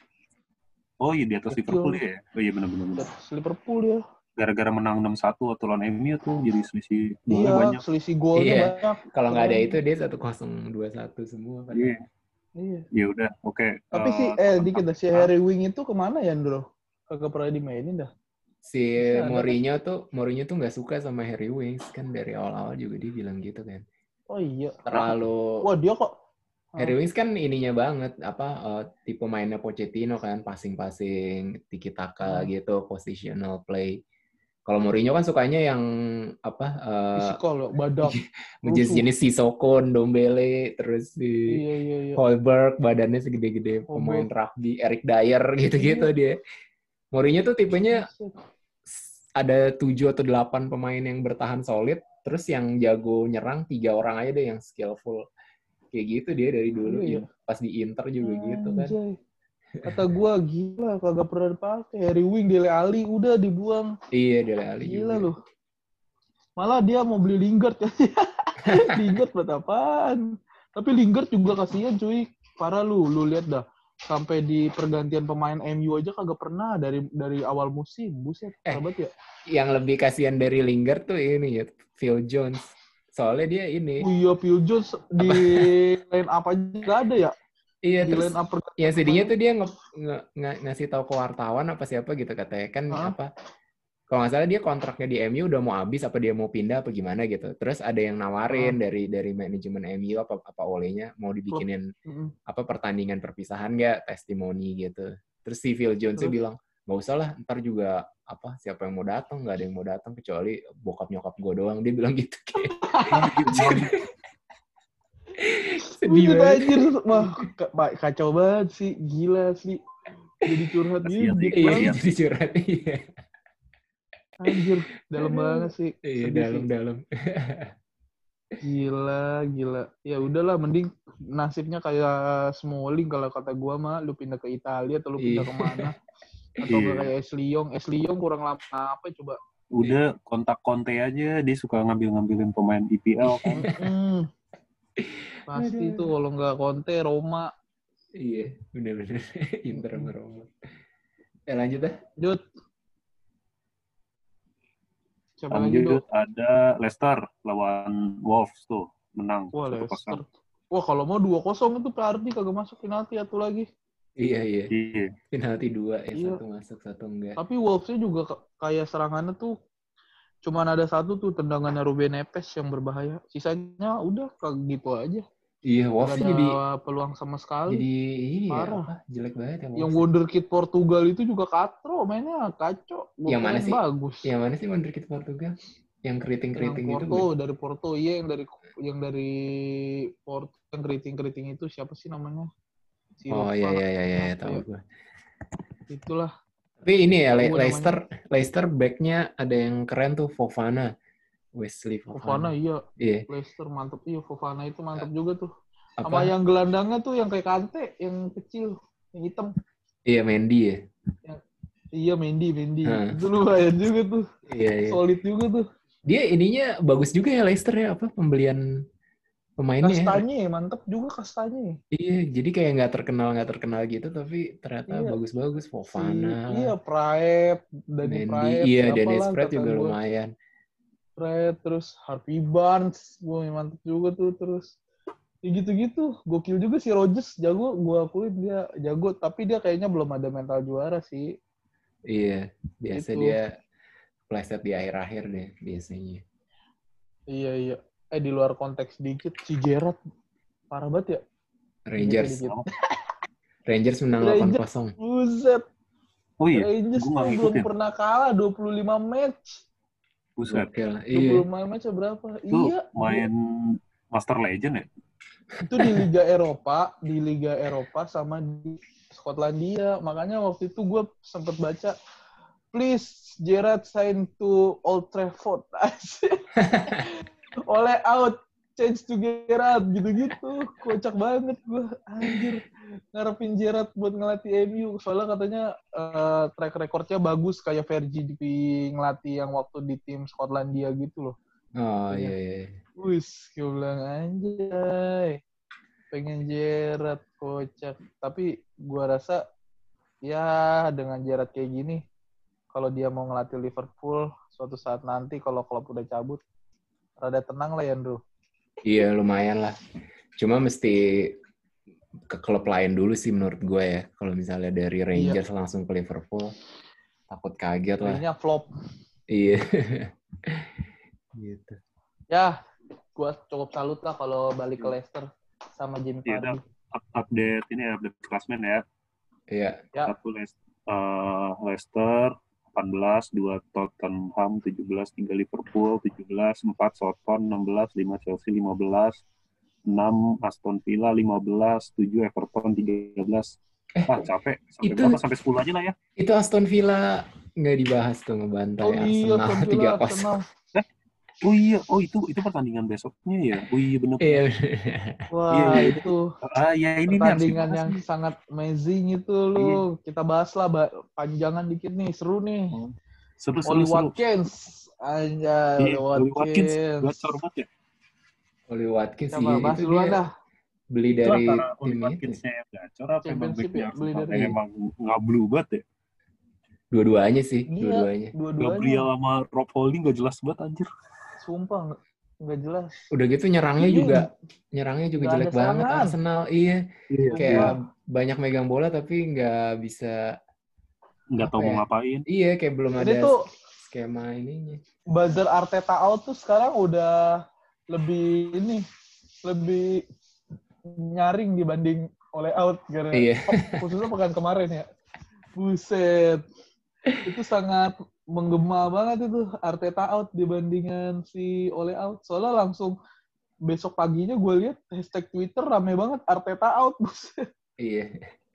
Oh iya di atas Kecil. Liverpool ya. Oh iya benar-benar. Di atas Liverpool ya. Gara-gara menang enam satu atau lawan M U tuh jadi selisih golnya iya, banyak. Selisih golnya iya. banyak. Kalau nggak ada itu dia satu kosong dua satu semua kan. Iya. Iya. Ya udah, oke. Okay. Tapi uh, si eh dikit dah si Harry Wing itu kemana ya, Ndro? Kagak pernah dimainin dah. Si Bisa Mourinho ada. tuh Mourinho tuh nggak suka sama Harry Winks kan dari awal-awal juga dia bilang gitu kan. Oh iya. Terlalu. Wah dia kok Harry Winks kan ininya banget, apa uh, tipe mainnya Pochettino kan, passing-passing, tiki-taka hmm. gitu, positional play. Kalau Mourinho kan sukanya yang apa? Uh, Physical, badak. jenis Sissoko, Ndombele, terus si iya, iya, iya. Højbjerg, badannya segede-gede pemain rugby, Eric Dyer gitu-gitu iya. Dia. Mourinho tuh tipenya ada tujuh atau delapan pemain yang bertahan solid, terus yang jago nyerang tiga orang aja deh yang skillful. Kayak gitu dia dari dulu, iya, iya. Pas di Inter juga Anjay. Gitu kan. Kata gue gila kagak pernah dipakai. Harry Winks, Dele Alli udah dibuang. Iya, Dele Alli gila juga. Loh. Malah dia mau beli Lingard kan. Lingard buat apaan? Tapi Lingard juga kasihan cuy. Parah lu, lu lihat dah. Sampai di pergantian pemain M U aja kagak pernah dari dari awal musim. Buset, eh, sahabat ya. Yang lebih kasihan dari Lingard tuh ini ya, Phil Jones. Soalnya dia ini. Oh iya, Phil Jones di line up aja nggak ada ya? Iya, di terus ya sedihnya tuh dia nge, nge, nge, ngasih tahu ke wartawan apa siapa gitu katanya kan huh? apa kalau nggak salah dia kontraknya di M U udah mau habis apa dia mau pindah apa gimana gitu. Terus ada yang nawarin huh? dari dari manajemen M U apa apa olehnya mau dibikinin uh-huh. apa pertandingan perpisahan nggak, testimoni gitu. Terus si Phil Jones-nya uh-huh. bilang nggak usah lah, ntar juga apa siapa yang mau datang, nggak ada yang mau datang kecuali bokap nyokap gue doang, dia bilang gitu. Sedih banget. Wah, kacau banget sih. Gila sih. Jadi curhat gitu. Iya, jadi curhat. Iya. Anjir, dalam banget sih. Iya, dalam-dalam. Gila, gila. Ya udahlah, mending nasibnya kayak Smalling kalau kata gua mah, lu pindah ke Italia atau lu pindah ke mana? Atau iya. Kayak Ashley Young. Ashley Young kurang lama apa coba? Udah kontak Conte aja, dia suka ngambil-ngambilin pemain I P L kan. Pasti itu kalau nggak Conte Roma. Iya, benar-benar Inter sama Roma. Eh lanjut dah. Lanjut. Siapa lanjut lagi, ada Leicester lawan Wolves tuh menang. Wah, Leicester. Wah, kalau mau dua kosong itu Pardi kagak masuk penalti satu lagi. Iya, iya. Iya. Penalti dua, ya iya. Satu masuk, satu enggak. Tapi Wolves-nya juga kayak serangannya tuh cuman ada satu tuh tendangannya Ruben Neves yang berbahaya. Sisanya udah kayak gitu aja. Iya, Wolves jadi peluang sama sekali. Jadi ini parah. Ya, apa? Jelek banget ya. Yang wonderkid Portugal itu juga katro, mainnya kacau. Yang mana sih? Bagus. Yang mana sih wonderkid Portugal? Yang keriting-keriting yang itu. Porto, itu dari Porto, iya yang dari yang dari Porto yang keriting-keriting itu siapa sih namanya? Si oh iya iya iya iya tahu gue. Itulah. Tapi ini ya Le- Leicester namanya. Leicester back-nya ada yang keren tuh, Fofana. Wesley Fofana. Fofana iya. Yeah. Leicester mantep. Iya Fofana itu mantep uh, juga tuh. Apa? Sama yang gelandangnya tuh yang kayak Kante, yang kecil, yang hitam. Iya, Mendy ya. Yang, iya, Mendy, Mendy. Hmm. Itu lumayan juga tuh. Iya, iya. Solid juga tuh. Dia ininya bagus juga ya Leicester ya, apa pembelian pemainnya. Kastanye, ya. Mantep juga Kastanye. Iya, jadi kayak nggak terkenal nggak terkenal gitu, tapi ternyata iya. bagus-bagus. Fofana. Si, iya, Praet, Dani Praet. Iya, Dennis Praet juga gue. Lumayan. Praet, terus Harvey Barnes, gue mantep juga tuh. Terus ya gitu-gitu, gokil juga si Rodgers, jago, gue akuin dia jago, tapi dia kayaknya belum ada mental juara sih. Iya, biasa gitu. Dia pleset di akhir-akhir deh biasanya. Iya iya. Eh di luar konteks dikit si Gerrard parah banget ya. Rangers. Rangers menang delapan kosong. Buset. Oh iya. Rangers tuh belum pernah kalah dua puluh lima match. Buset. Iya. dua puluh lima match berapa? Itu iya. Main Master Legend ya? Itu di Liga Eropa, di Liga Eropa sama di Skotlandia. Makanya waktu itu gue sempet baca, please Gerrard sign to Old Trafford. Oleh out, change to Gerrard, gitu-gitu. Kocak banget gue, anjir. Ngarepin Gerrard buat ngelatih M U. Soalnya katanya uh, track recordnya bagus, kayak Fergie di ngelatih yang waktu di tim Skotlandia gitu loh. Oh iya iya. Wis, gue bilang anjay. Pengen Gerrard, kocak. Tapi gue rasa, ya dengan Gerrard kayak gini, kalau dia mau ngelatih Liverpool, suatu saat nanti kalau klub udah cabut, rada tenang lah ya, Andrew. Iya, lumayan lah. Cuma mesti ke klub lain dulu sih menurut gue ya. Kalau misalnya dari Rangers iya. langsung ke Liverpool, takut kaget lah. Jadinya flop. Iya. Gitu. Ya, gue cukup salut lah kalau balik ke Leicester. sama Jamie ya, Vardy. Update ini ya, update klasmen ya. Iya. Satu uh, Leicester delapan belas, dua Tottenham tujuh belas, tiga Liverpool tujuh belas, empat Southampton enam belas, lima Chelsea lima belas, enam Aston Villa lima belas, tujuh Everton tiga belas. Eh, ah capek. Sampai itu, berapa? Sampai sepuluh aja lah ya. Itu Aston Villa nggak dibahas tuh ngebantai oh, iya, Arsenal tiga kosong. Eh, oh iya, oh itu itu pertandingan besoknya ya. Oh iya benar. Iya. Wah, iya, iya. itu ah, ya, ini pertandingan yang nih. Sangat amazing itu lu. Iya. Kita bahas lah panjangan dikit nih, seru nih. Oh. Seru, Oli seru, Watkins. Anjay, iya, Oli Watkins. Gacor banget ya. Oli Watkins sih bahas itu dia dah. Beli dari Oli Watkinsnya yang gacor apa emang backnya beli dari emang ngablu banget ya. Dua-duanya sih, iya, dua-duanya. dua-duanya. Gabriel sama Rob Holding gak jelas banget anjir. Sumpah nggak jelas. Udah gitu nyerangnya iya, juga, nyerangnya juga jelek banget serangan. Arsenal. Iya, iya kayak iya. banyak megang bola tapi nggak bisa. Nggak tahu ya? mau ngapain. Iya, kayak belum Jadi ada tuh, skema ininya. Buzzer Arteta out tuh sekarang udah lebih ini, lebih nyaring dibanding oleh out gara iya. khususnya pekan kemarin ya. Buset. Itu sangat menggema banget itu Arteta out dibandingkan si Ole out. Soalnya langsung besok paginya gue lihat hashtag Twitter rame banget Arteta out. Buset. Iya.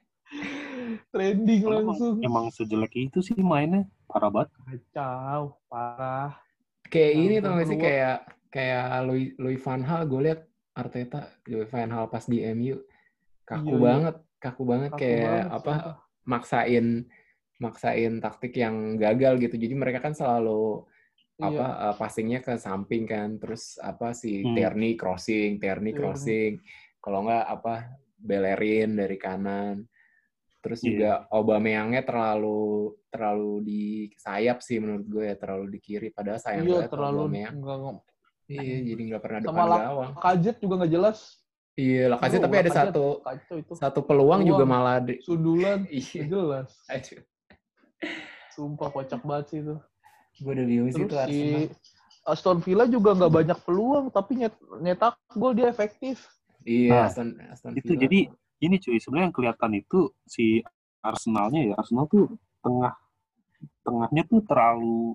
Trending Soalnya langsung. Emang, emang sejelek itu sih mainnya. Parah banget. Kacau, parah. Kayak nah, ini tau gak sih kayak kayak Louis, Louis van Gaal gue lihat Arteta Louis van Gaal pas di M U kaku iya, banget, kaku banget kaku kayak banget, apa sumpah. maksain maksain taktik yang gagal gitu. Jadi mereka kan selalu iya. apa uh, passingnya ke samping kan, terus apa si hmm. Tierney crossing, Tierney iya. crossing. Kalau enggak apa Bellerin dari kanan. Terus yeah. juga Aubameyangnya terlalu terlalu di sayap sih menurut gue ya, terlalu di kiri. Padahal sayang iya, banget terlalu Aubameyang. Enggak, iya, jadi nggak pernah depan sama gawang. Lacazette juga nggak jelas. Iya, Lacazette tapi ada satu itu. satu peluang, peluang juga malah di... sundulan. Iya. Jelas. Aduh. Sumpah kocak banget sih itu. Gue udah bingung sih itu si Arsenal. Aston Villa juga nggak banyak peluang, tapi nyet nyetak gol dia efektif. Iya, nah, Aston, Aston itu Villa. Jadi ini cuy, sebenarnya yang kelihatan itu si Arsenalnya ya, Arsenal tuh tengah tengahnya tuh terlalu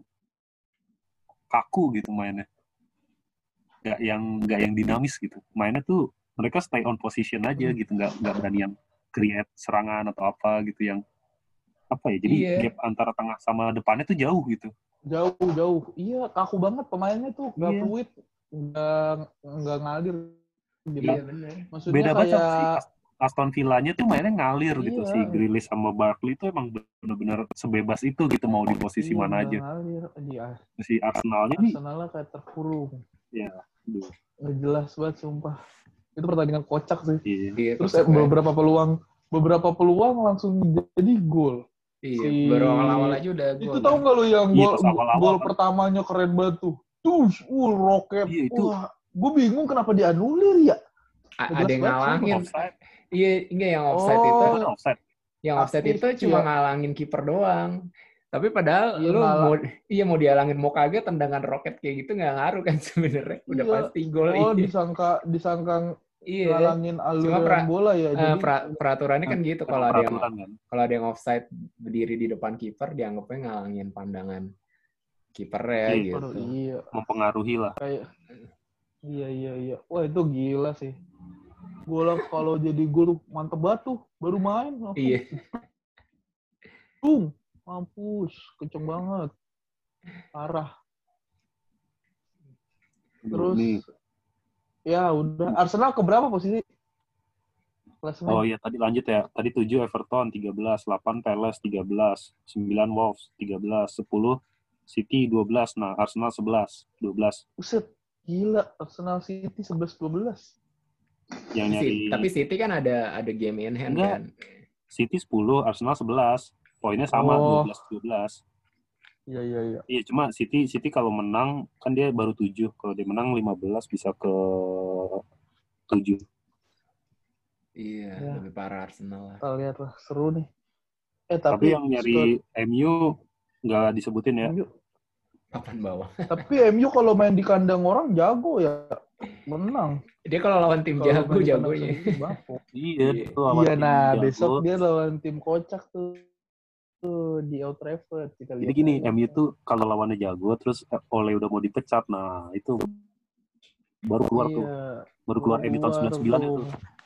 kaku gitu mainnya. Gak yang gak yang dinamis gitu. Mainnya tuh mereka stay on position aja gitu, nggak nggak berani yang create serangan atau apa gitu yang apa ya. Jadi iya. gap antara tengah sama depannya tuh jauh gitu. Jauh jauh. Iya, kaku banget pemainnya tuh, nggak iya. fluid, nggak nggak ngalir. Gitu. Iya benar. Maksudnya beda kayak banget si Aston Villa-nya tuh mainnya ngalir iya. gitu. Si Grealish sama Barkley tuh emang benar-benar sebebas itu gitu mau di posisi iya, mana aja. Ngalir. Iya. Si Arsenalnya nih. Arsenalnya kayak terkurung. Iya. Nggak jelas banget sumpah. Itu pertandingan kocak sih. Iya. Terus eh, beberapa peluang beberapa peluang langsung jadi gol. Iya, si... baru awal-awal aja udah gol. Itu tahu nggak lu yang gol iya, gol kan. Pertamanya keren banget tuh. Tuh, uh, roket. Iya, itu. Wah, gue bingung kenapa dianulir ya. A- ada yang ngalangin. Iya, enggak yang offside oh, itu. Offside. Yang offside itu cuma ya. ngalangin kiper doang. Tapi padahal iya, lu mau iya mau dialangin mau kagak tendangan roket kayak gitu nggak ngaruh kan sebenarnya. Udah iya. pasti gol. Oh, iya. disangka disangka iya. ngalangin aliran bola ya. Uh, pra, peraturannya kan gitu kalau ada yang kan? kalau ada yang offside berdiri di depan kiper dianggapnya ngalangin pandangan kiper ya iya, gitu. Iya. Mempengaruhi lah. Kayak iya iya iya. Wah, itu gila sih. Bola kalau jadi gol mantep banget tuh, baru main. Langsung. Iya. Bung, mampus, kenceng banget. Parah. Terus nih. Ya udah, Arsenal ke berapa posisi? Klasmen. Oh iya, tadi lanjut ya. Tadi tujuh Everton tiga belas, delapan Palace tiga belas, sembilan Wolves tiga belas, sepuluh City dua belas. Nah, Arsenal sebelas, dua belas. Buset, gila Arsenal City sebelas dua belas. Yang nyari... Tapi City kan ada ada game in hand. Enggak. Kan. City sepuluh, Arsenal sebelas. Poinnya sama oh. dua belas dua belas. Iya iya iya. Iya, cuma City City kalau menang kan dia baru tujuh. Kalau dia menang lima belas bisa ke tujuh. Iya, ya. Lebih parah Arsenal lah. Kita lihat lah, seru nih. Eh tapi, tapi yang nyari skor... M U nggak disebutin ya. Papan bawah. Tapi M U kalau main di kandang orang jago ya. menang. Dia kalau lawan tim Kalau jago jagonya. Iya, itu lawan Iya, nah jago. Besok dia lawan tim kocak tuh. Tuh di Old Trafford kita lihat. Jadi gini, M U tuh kalau lawannya jago terus Ole udah mau dipecat, nah itu baru keluar iya, tuh. Baru keluar M U tahun sembilan puluh sembilan itu.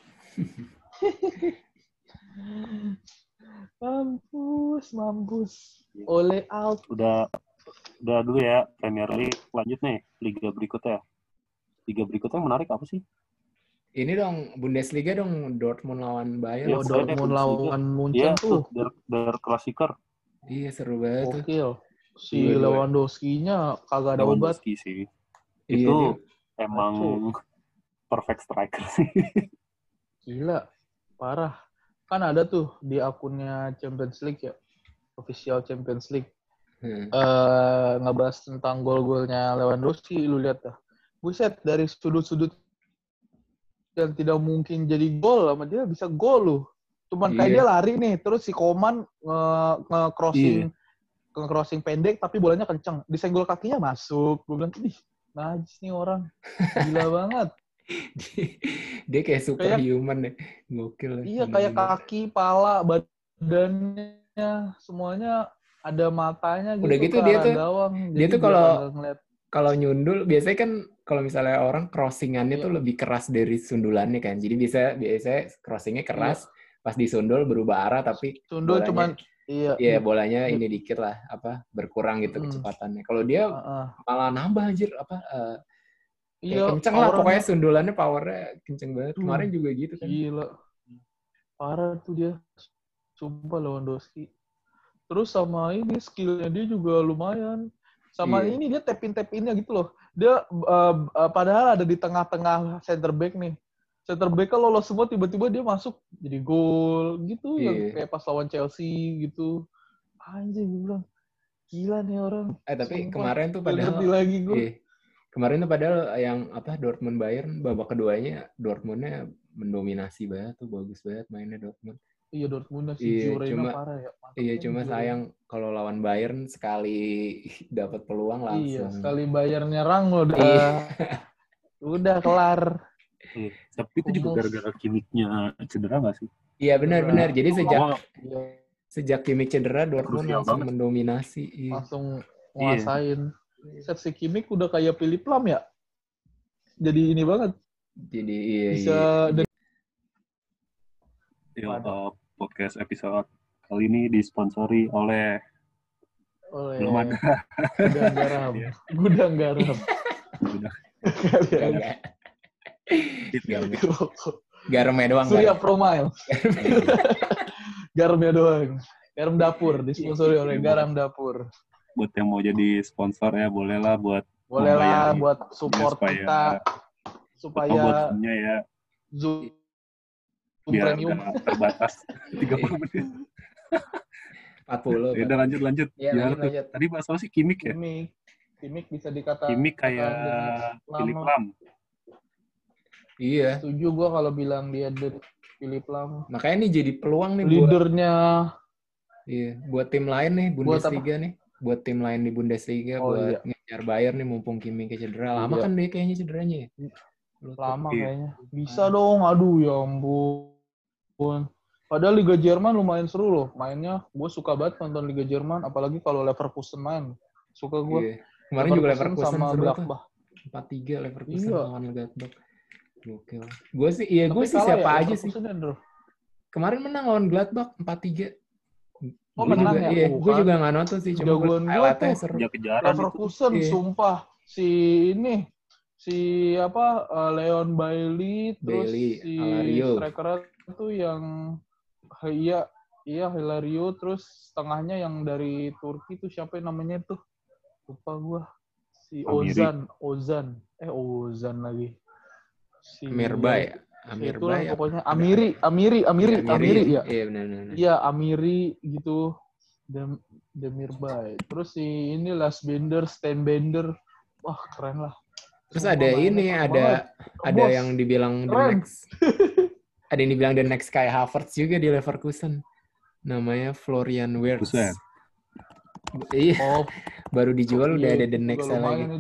mampus, mampus. Ole out. Udah udah dulu ya Premier League, lanjut nih liga berikutnya. Liga berikutnya yang menarik apa sih? Ini dong Bundesliga dong, Dortmund lawan Bayern. Ya, oh, Dortmund lawan Munchen ya, tuh. Der, der Klassiker. Iya seru banget. Gokil. Si Lewandowski-nya kagak ada obat. Lewandowski sih. Itu iya, emang Acuh. perfect striker sih. Gila, parah. Kan ada tuh di akunnya Champions League ya, official Champions League. Hmm. Uh, ngebahas tentang gol-golnya Lewandowski, lu lihat dah. Buset, dari sudut-sudut yang tidak mungkin jadi gol sama dia bisa gol loh. Cuman kayak iya. dia lari nih, terus si Koman nge-crossing nge nge-crossing pendek tapi bolanya kenceng. Disenggol kakinya masuk. Gue bilang, "Ih, najis nih orang." Gila banget. Dia kayak superhuman deh. Gokil. Iya, kayak kaki, pala, badannya semuanya ada matanya gitu. Udah gitu dia tuh gawang. Dia tuh kalau kalau nyundul biasanya kan kalau misalnya orang crossingannya iya. tuh lebih keras dari sundulannya kan. Jadi biasa biasanya crossingnya keras, iya. pas disundul berubah arah tapi sundul bolanya, cuman iya, iya bolanya iya. ini dikit lah apa berkurang gitu hmm. kecepatannya. Kalau dia uh-uh. malah nambah anjir apa uh, iya, kenceng lah pokoknya sundulannya powernya kenceng banget. Kemarin juga gitu kan. Gila. Parah tuh dia. Sumpah Lewandowski. Terus sama ini skillnya dia juga lumayan. Sama iya. ini dia tap-in-tap-innya gitu loh. Dia uh, uh, padahal ada di tengah-tengah center back nih. Center back kalau lolos semua tiba-tiba dia masuk jadi gol gitu iya. yang kayak pas lawan Chelsea gitu. Anjir gue bilang gila nih orang. Eh tapi Sumpah. kemarin tuh padahal lagi gue. Iya. Kemarin tuh padahal yang apa Dortmund Bayern babak keduanya Dortmundnya mendominasi banget tuh, bagus banget mainnya Dortmund. Iya Dortmund si iya, Jurena cuma, parah ya. Mantap iya cuma Jurena. Sayang kalau lawan Bayern sekali dapat peluang langsung. Iya sekali Bayern nyerang udah iya. udah kelar. Iya. Tapi itu juga gara-gara Kimmich-nya cedera nggak sih? Iya benar-benar. Jadi sejak oh, iya. sejak Kimmich cedera Dortmund langsung banget. mendominasi. Iya. Langsung nguasain. Set si Kimmich udah kayak Philipp Lahm ya. Jadi ini banget. Jadi iya. Bisa iya. Yo, uh, podcast episode kali ini disponsori oleh oleh belum ada gudang garam. Gudang garam. Gudang. Garamnya doang. Surya Promile. Garamnya doang. Garam dapur disponsori oleh Garam Dapur. Buat yang mau jadi sponsor ya bolehlah buat bolehlah buat support supaya, kita supaya buatnya ya. Zoom biar nggak terbatas tiga puluh menit. empat puluh. Ya udah lanjut lanjut. Ya, lanjut, lanjut. Tadi bahas apa sih Kimmich ya? Kimmich. Kimmich bisa dikatakan Kimmich kayak Philipp Lahm. Iya. Setuju gua kalau bilang dia Philipp Lahm. Makanya ini jadi peluang nih leadernya. Buat, iya, buat tim lain nih Bundesliga buat nih. Buat tim lain di Bundesliga oh, buat iya. ngejar Bayern nih mumpung Kimmich cedera. Lama iya. kan dia kayaknya cederanya ya? Lama iya. kayaknya. Bisa dong. Aduh ya ampun. Padahal Liga Jerman lumayan seru loh mainnya. Gue suka banget nonton Liga Jerman, apalagi kalau Leverkusen main. Suka gue. Iya. Kemarin Leverkusen juga Leverkusen sama Gladbach. empat tiga Leverkusen iya. lawan Gladbach. Gokil. Gue sih, iya gue sih siapa ya, aja sih. Ya, kemarin menang lawan Gladbach empat tiga. Oh menang juga, ya? Iya, gue juga nggak nonton sih. Cuma gue highlight-nya seru. Leverkusen, itu. Sumpah. Si ini. Si apa uh, Leon Bailey terus Bailey, si Alario. striker itu yang iya iya Hilario terus tengahnya yang dari Turki tuh siapa namanya tuh lupa gua si Amiri. Ozan Ozan eh Ozan lagi si Mirbay Amir itu lah pokoknya Amiri Amiri Amiri ya, Amiri, Amiri ya iya benar benar iya Amiri gitu Dem Demirbay terus si ini Last Bender Stan Bender wah keren lah. Terus ada ini, ada ada Bos. yang dibilang the next, ada yang dibilang the next Kai Havertz juga di Leverkusen, namanya Florian Wirtz. Iya, oh, baru dijual udah iya, ada the next lagi. Itu.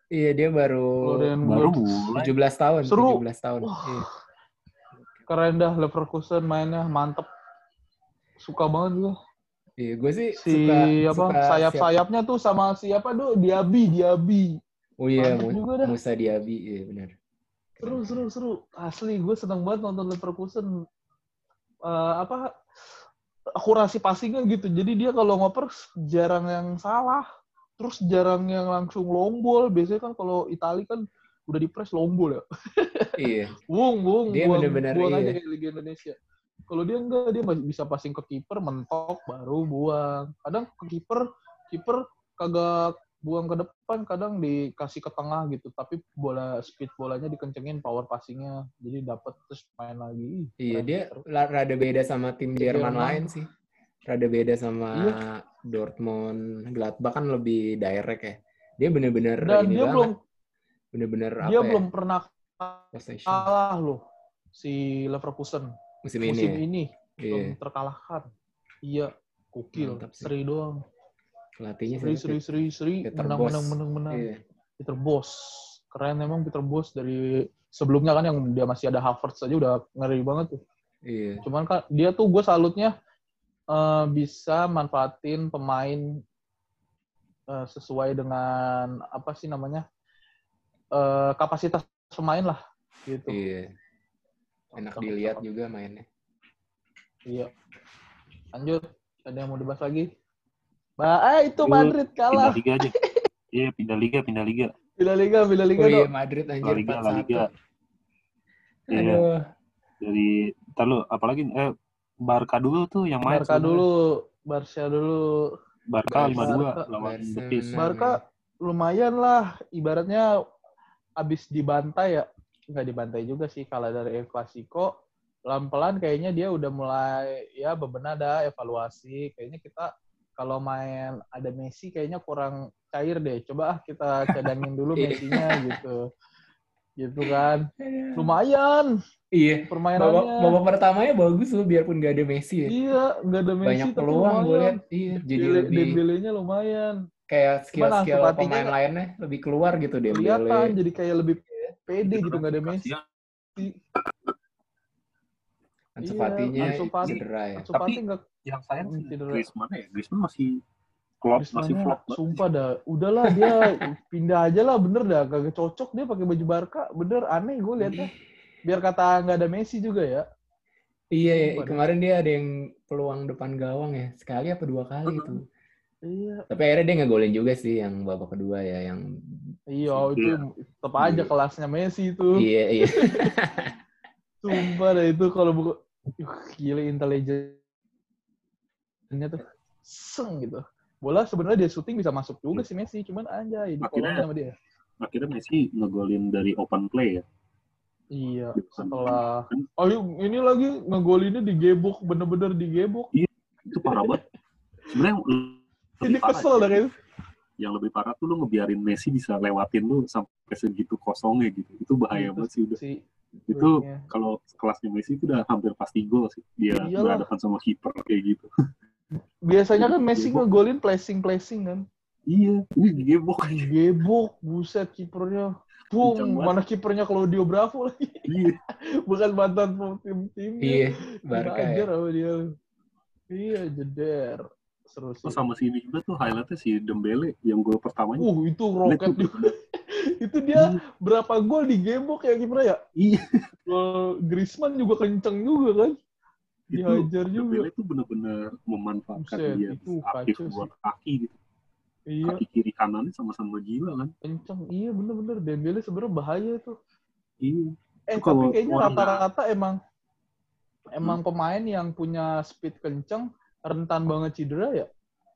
Iya, dia baru baru mulai tujuh belas tahun. Seru. tujuh belas tahun. Wah. Iya. Keren dah Leverkusen mainnya, mantep. Suka banget gue. Iya, gue sih si suka apa suka sayap-sayapnya tuh sama siapa tuh Diaby, Diaby. Oh iya, mantep juga dah. Musa Diaby, iya benar. Seru, seru, seru. Asli, gue seneng banget nonton Leverkusen. Uh, apa, akurasi passingnya gitu. Jadi dia kalau ngoper jarang yang salah. Terus jarang yang langsung long ball. Biasanya kan kalau Itali kan udah di press long ball ya. Iya. Bung, bung, dia buang, bener-bener buang iya. aja kayak Liga Indonesia. Kalau dia enggak, dia bisa passing ke kiper, mentok, baru buang. Kadang ke kiper, kiper kagak buang ke depan, kadang dikasih ke tengah gitu. Tapi bola speed bolanya dikencengin, power passingnya, jadi dapat terus main lagi. Iya, dia rada beda sama tim Jerman lain sih. Rada beda sama iya. Dortmund, Gladbach kan lebih direct ya. Dia bener-bener Dan ini dia banget. belum, bener-bener dia apa belum ya? pernah kalah loh si Leverkusen musim, musim ini. ini ya? belum iya. terkalahkan. Iya, gokil, seri doang. Pelatihnya seri, seri, seri, seri, menang, menang, menang, menang. Iya. Peter Bosz, keren emang Peter Bosz dari sebelumnya kan yang dia masih ada Havertz aja udah ngeri banget tuh. Iya. Cuman kan dia tuh gue salutnya uh, bisa manfaatin pemain uh, sesuai dengan apa sih namanya uh, kapasitas pemain lah gitu. Iya. Enak Mantap, dilihat mantap. juga mainnya. Iya. Lanjut, ada yang mau dibahas lagi? Bah, eh, itu Madrid kalah. Pindah liga aja. Iya, pindah liga, pindah liga. Pindah liga, pindah liga. Oh iya, Madrid anjir liga, empat satu. Liga. Iya. Dari entar lu apalagi eh Barca dulu tuh yang main. Barca dulu, Barca dulu. Barca lima dua lawan Betis. Barca lumayan lah, ibaratnya abis dibantai ya. Enggak dibantai juga sih, kalah dari El Clasico. Pelan-pelan kayaknya dia udah mulai ya bebenah dah evaluasi. Kayaknya kita kalau main ada Messi kayaknya kurang cair deh. Coba ah kita cadangin dulu Messi-nya gitu. Gitu kan. Lumayan. Iya. Permainannya. Babak pertamanya bagus loh biarpun gak ada Messi ya. Iya, gak ada Messi banyak tapi peluang gue lihat. Iya, jadi Dembele, lebih Dembele-nya lumayan. Kayak skill-skill pemain lainnya lebih keluar gitu Dembele. Kelihatan jadi kayak lebih pede gitu gak ada Messi. Ansu Fati-nya iya, cedera ya. Ansu Fati nggak yang sayang sih Griezmann ya. Griezmann masih klop, masih flop. Sumpah dah, udahlah dia pindah aja lah, bener dah. Kagak cocok dia pakai baju Barca, bener aneh gue liatnya. Biar kata nggak ada Messi juga ya. Iya, ya, kemarin dia ada yang peluang depan gawang ya, sekali apa dua kali itu. Iya. Tapi akhirnya dia ngegolin juga sih yang babak kedua ya, yang. Iya, itu tetap aja kelasnya Messi itu. Iya, iya. Sumpah dah itu kalau buku. Uh, gila intelijennya tuh seng gitu. Bola sebenarnya dia syuting bisa masuk juga sih Messi, cuman anjay dikolongin sama dia. Akhirnya Messi ngegolin dari open play ya. Iya, setelah ayo ini lagi ngegolinnya digebok, bener-bener digebok. Iya, itu parah banget. Sebenarnya ini kesel dah kayak. Yang lebih parah tuh lu ngebiarin Messi bisa lewatin lu sampai segitu kosongnya gitu. Itu bahaya banget sih udah. Si itu kalau kelasnya Messi itu udah hampir pasti gol sih dia berhadapan sama kiper kayak gitu. Biasanya kan Messi ngegolin placing-placing kan. Iya, ini digebok. Digebok, buset kipernya. Bung, mana kipernya Claudio Bravo lagi. Iya. Bukan mantan tim-tim. Iya, Barca ya. Sama dia. Iya, jeder. Seru sih. Oh, sama si ini juga tuh highlightnya si Dembele yang gol pertamanya. Uh, itu roket juga. Itu dia hmm. berapa gol digebok ya kipernya ya? Iya. Gol Griezmann juga kenceng juga kan? Dihajar itu, juga. Dembele itu benar-benar memanfaatkan Buset, dia itu aktif buat kaki gitu. Iya. Kaki kiri kanannya sama-sama gila kan? Kenceng, iya bener-bener. Dembele sebenarnya bahaya tuh. Iya. Eh itu tapi kayaknya rata-rata gak... emang emang hmm. pemain yang punya speed kenceng rentan banget cedera ya?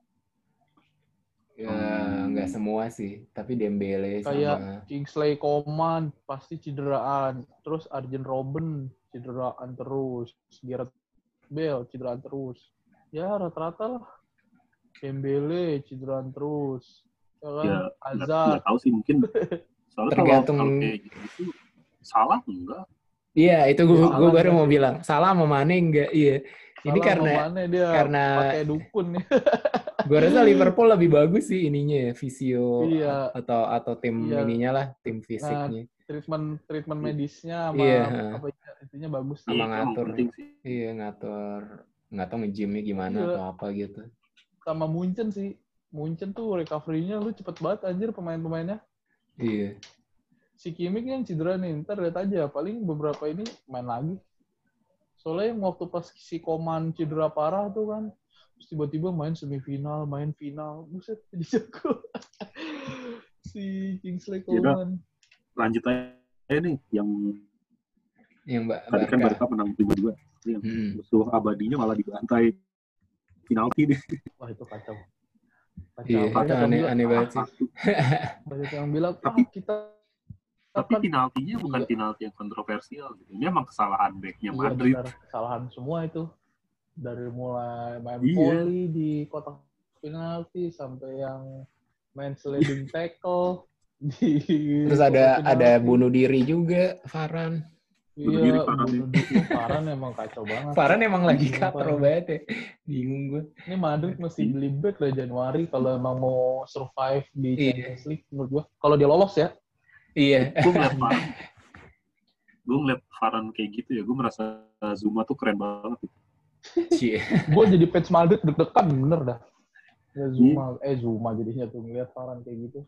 Ya nggak hmm. semua sih, tapi Dembele kayak sama Kingsley Coman pasti cederaan, terus Arjen Robben cederaan terus, Gareth Bale cederaan terus, ya rata-rata lah. Dembele cederaan terus, ya kan? Ya, Hazard. Nggak tahu sih mungkin. Soalnya tergantung kalau kayak gitu salah enggak? Iya itu gue gue baru mau bilang salah sama Mane enggak, iya. Ini karena dia karena pakai dukun. Gue rasa Liverpool lebih bagus sih ininya ya, visio iya. atau atau tim iya. ininya lah, tim fisiknya. Nah, treatment treatment medisnya sama iya. apa intinya bagus. Sama ngatur. Iya, ngatur nggak tahu nge-gymnya gimana iya. atau apa gitu. Sama Munchen sih. Munchen tuh recovery-nya lu cepet banget anjir pemain-pemainnya. Iya. Si Kimmich yang cedera nih, ntar lihat aja. Paling beberapa ini main lagi. Soalnya yang waktu pas si Coman cedera parah tuh kan, terus tiba-tiba main semifinal, main final. Buset, jadi jago. Si Kingsley Coman. Lanjut aja nih, yang yang Mbak tadi kan Barca menang tiga dua. Yang hmm. musuh abadinya malah dibantai penalti nih. Wah, itu kacau. Kacau. Iya, itu aneh, bilang, aneh banget sih. Banyak yang bilang, tapi ah, kita tapi penaltinya bukan iya. penalti yang kontroversial gitu. Ini emang kesalahan back-nya iya, Madrid. Benar. Kesalahan semua itu. Dari mulai main iya. volley di kotak penalti sampai yang main sliding tackle di terus ada penalti. Ada bunuh diri juga Varane. Iya, bunuh diri Varane emang kacau banget. Varane emang lagi katro banget ya. Bingung gue. Ini Madrid mesti beli back dari Januari kalau emang mau survive di Champions League menurut gue. Kalau dia lolos ya. Iya. Gue ngeliat Varane. Gue ngeliat Varane kayak gitu ya. Gue merasa Zuma tuh keren banget. Iya. Gue jadi fans Madrid deg-degan bener dah. Ya Zuma, eh Zuma jadinya tuh ngeliat Varane kayak gitu.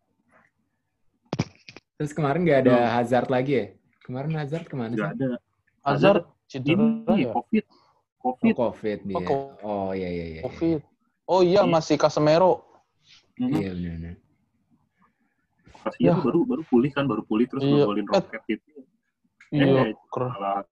Terus kemarin nggak ada hmm. Hazard lagi ya? Kemarin Hazard kemana sih? Nggak ada. Hazard cedera ya? Covid. Covid. Oh, Covid dia. Oh, oh iya iya iya. Covid. Oh iya, masih Casemiro. Mm-hmm. Iya benar-benar. Pasti ya. baru baru pulih kan, baru pulih terus iya. ngegolin Rocket itu. Iya, eh, keren.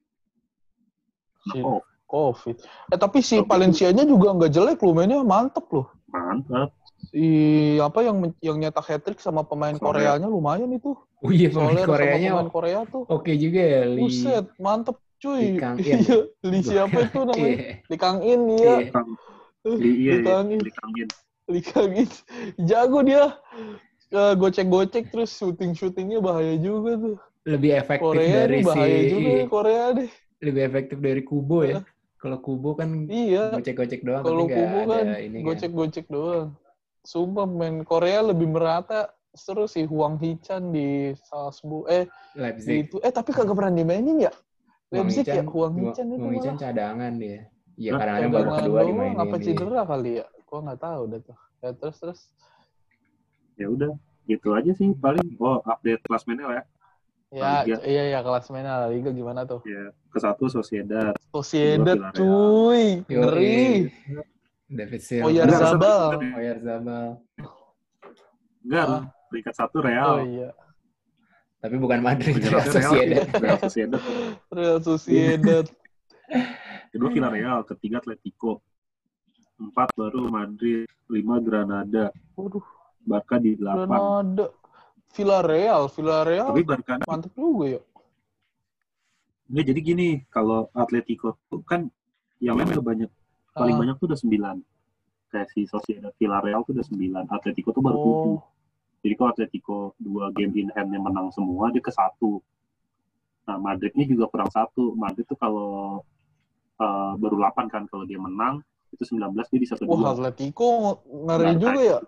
Si Covid. Eh tapi si Valencia-nya juga nggak jelek loh, mainnya mantep loh. Mantap. Si apa yang yang nyetak hat-trick sama pemain Korea. Koreanya lumayan itu. Oh iya, pemain Soalnya Koreanya pemain Korea tuh. Oke okay juga ya, Li. Buset, mantep cuy. Li Kang In. Li siapa itu namanya? yeah. Li Kang In dia. Li iya, Li Kang In. Li Kang In. Jago dia. Gocek-gocek terus shooting-shootingnya bahaya juga tuh. Lebih efektif Korea dari si bahaya juga iya. Korea deh. Lebih efektif dari Kubo ya. Kalau Kubo kan iya. gocek-gocek doang. Kalau Kubo kan gocek-gocek doang. Sumpah main Korea lebih merata. Seru sih Hwang Hee-chan di Salzburg. Eh, Leipzig. Itu. Eh, tapi kagak pernah dimainin ya? Leipzig ya? Hwang Hee-chan itu Hwang Hee-chan cadangan dia. Iya, kadang-kadang baru kedua dimainin. Apa cedera dia. Kali ya? Gua nggak tahu udah tuh. Ya, terus, terus. Ya udah, gitu aja sih. Paling, oh update klasmennya lah ya. Ya, Liga. iya, iya, klasmennya Liga gimana tuh? Ya, ke satu Sociedad. Sociedad, cuy. Ngeri. David Silva. Oyarzabal. Oyarzabal. Enggak, ah. peringkat satu Real. Oh iya. Tapi bukan Madrid, Real Sociedad. Real Sociedad. Real Sociedad. Kedua Villarreal, ketiga Atletico. Empat baru Madrid, lima Granada. Waduh. Barca di delapan. Granada. Villarreal, Villarreal. Tapi Barca mantep juga ya. Nggak, jadi gini, kalau Atletico tuh kan yang memang banyak, paling ah. banyak tuh udah sembilan. Kayak si Sociedad, Villarreal tuh udah sembilan. Atletico tuh baru tujuh. Oh. Jadi kalau Atletico dua game in hand-nya menang semua, dia ke satu. Nah, Madridnya juga kurang satu. Madrid tuh kalau uh, baru delapan kan, kalau dia menang, itu sembilan belas dia bisa kedua. Wah, oh, Atletico ngeri nah, juga ya?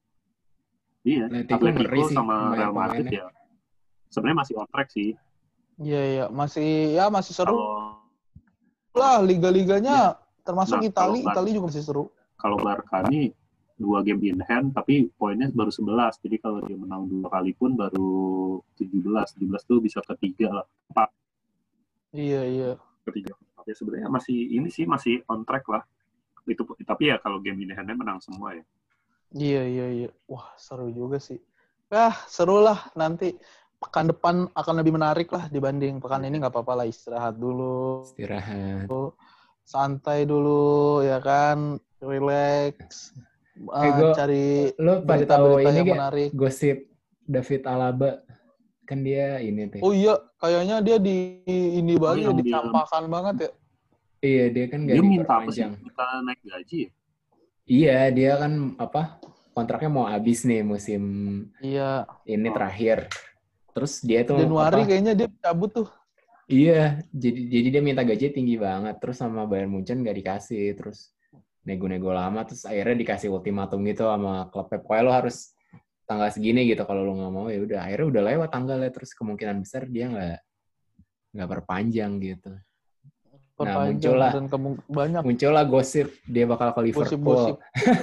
Iya, Atletico, Atletico sama Real Madrid ya. Sebenarnya masih on track sih. Iya, iya. Masih, ya masih seru. Kalau, lah, liga-liganya, ya. Termasuk nah, Itali, Itali juga masih seru. Kalau Barca ini dua game in hand, tapi poinnya baru sebelas. Jadi kalau dia menang dua kali pun baru tujuh belas. tujuh belas tuh bisa ketiga lah. Empat. Iya, iya. Ketiga. Ya sebenarnya masih, ini sih masih on track lah. Itu, tapi ya kalau game in hand-nya menang semua ya. Iya, iya, iya. Wah, seru juga sih. Ah, seru lah nanti. Pekan depan akan lebih menarik lah dibanding pekan ini. Nggak apa-apa lah, istirahat dulu. Istirahat. Santai dulu, ya kan. Relax. Eh, gua, uh, cari lo pada tahu ini yang menarik. Gosip David Alaba. Kan dia ini tuh. Oh iya, kayaknya dia di ini banget, oh, dicampakkan banget ya. Iya, dia kan gak dia minta apa sih? Minta naik gaji ya? Iya, dia kan apa kontraknya mau habis nih musim iya. ini oh. terakhir. Terus dia tuh Januari apa, kayaknya dia cabut tuh. Iya, jadi jadi dia minta gaji tinggi banget, terus sama Bayern Munchen nggak dikasih, terus nego-nego lama, terus akhirnya dikasih ultimatum gitu sama klub Pep, pokoknya lo harus tanggal segini gitu, kalau lo nggak mau ya udah. Akhirnya udah lewat tanggalnya, terus kemungkinan besar dia nggak nggak perpanjang gitu. Nah muncullah dan kemung- banyak muncullah gosip dia bakal ke Liverpool. Gosip-gosip.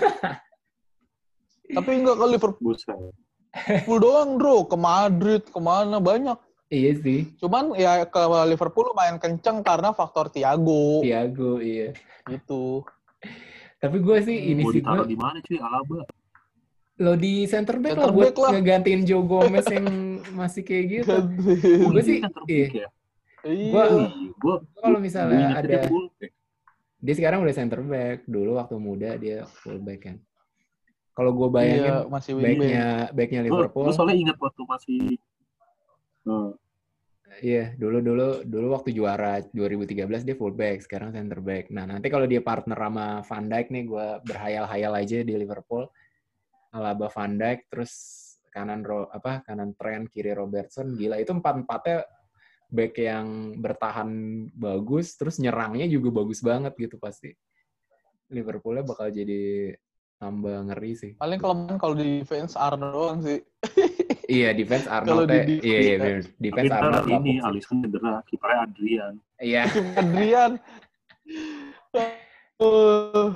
Tapi nggak ke Liverpool. Liverpool doang bro, ke Madrid, kemana banyak. Iya sih. Cuman ya ke Liverpool lumayan kenceng karena faktor Thiago. Thiago, iya. Gitu. Tapi gue sih hmm. ini mau sih ditaruh gue. di mana cuy, Alaba? Lo di center back center lah buat lah. ngegantiin Joe Gomez yang masih kayak gitu. Oh, gue sih iya. Gue gue kalau misalnya ada dia sekarang udah center back, dulu waktu muda dia full back kan. Kalau gue bayangin iya, masih backnya backnya Liverpool. Gue soalnya ingat waktu masih Hmm. Iya, dulu dulu dulu waktu juara dua ribu tiga belas dia fullback, sekarang center back. Nah, nanti kalau dia partner sama Van Dijk nih, gue berhayal-hayal aja di Liverpool. Alaba, Van Dijk, terus kanan ro, apa kanan Trent, kiri Robertson, gila itu empat-empatnya back yang bertahan bagus, terus nyerangnya juga bagus banget gitu pasti. Liverpoolnya bakal jadi tambah ngeri sih. Paling kelemahan kalau di defense Arnold doang sih. Iya, defense Arnold teh. Iya, iya, benar. Defense Arnold ini Alisson cedera, kipernya Adrian. Iya. Adrian. uh.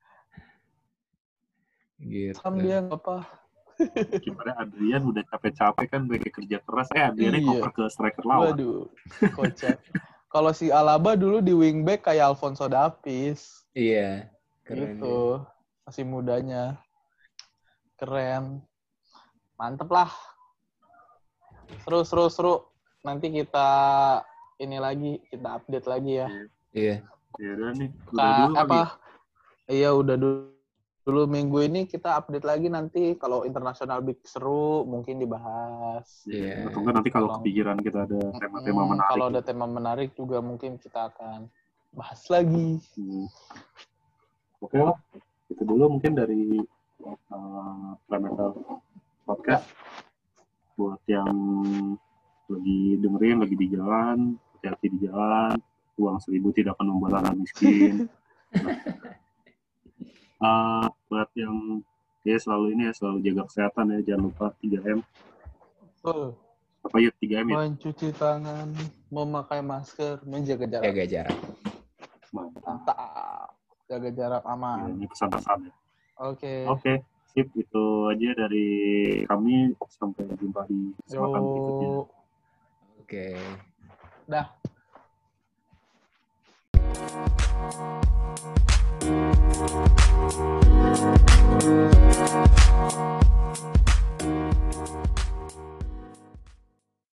Gitu. Sam dia apa? Kipernya Adrian udah capek-capek kan pakai kerja keras. Eh, Adriannya iya. Koper ke striker lawan. Waduh, kocak. Kalau si Alaba dulu di wingback kayak Alphonso Davies. Iya. Keren gitu. Dia. Masih mudanya. Keren. Mantep lah. Seru, seru, seru. Nanti kita ini lagi, kita update lagi ya. Iya. Iya udah nih. Udah Ka, dulu apa? Lagi. Iya udah dulu. Dulu minggu ini kita update lagi nanti kalau internasional big seru mungkin dibahas. Iya. Yeah. Atau enggak nanti kalau kepikiran kita ada tema-tema hmm, menarik. Kalau ada tema menarik juga mungkin kita akan bahas lagi. Hmm. Oke lah. Itu dulu mungkin dari uh, Playmaker Podcast. Ya. Buat yang lagi dengerin, lagi di jalan, hati-hati di jalan, uang seribu tidak akan membuat anak miskin. uh, buat yang ya selalu ini ya, selalu jaga kesehatan ya, jangan lupa tiga M. Oh. Apa yuk tiga M ya? Mencuci tangan, memakai masker, menjaga jarak. Jaga jarak. Mantap. Jaga jarak aman. Ya, ini pesan-pesan ya. Oke. Okay. Oke. Okay. Sip, itu aja dari kami. Sampai jumpa di kesempatan berikutnya. Oke. Dah.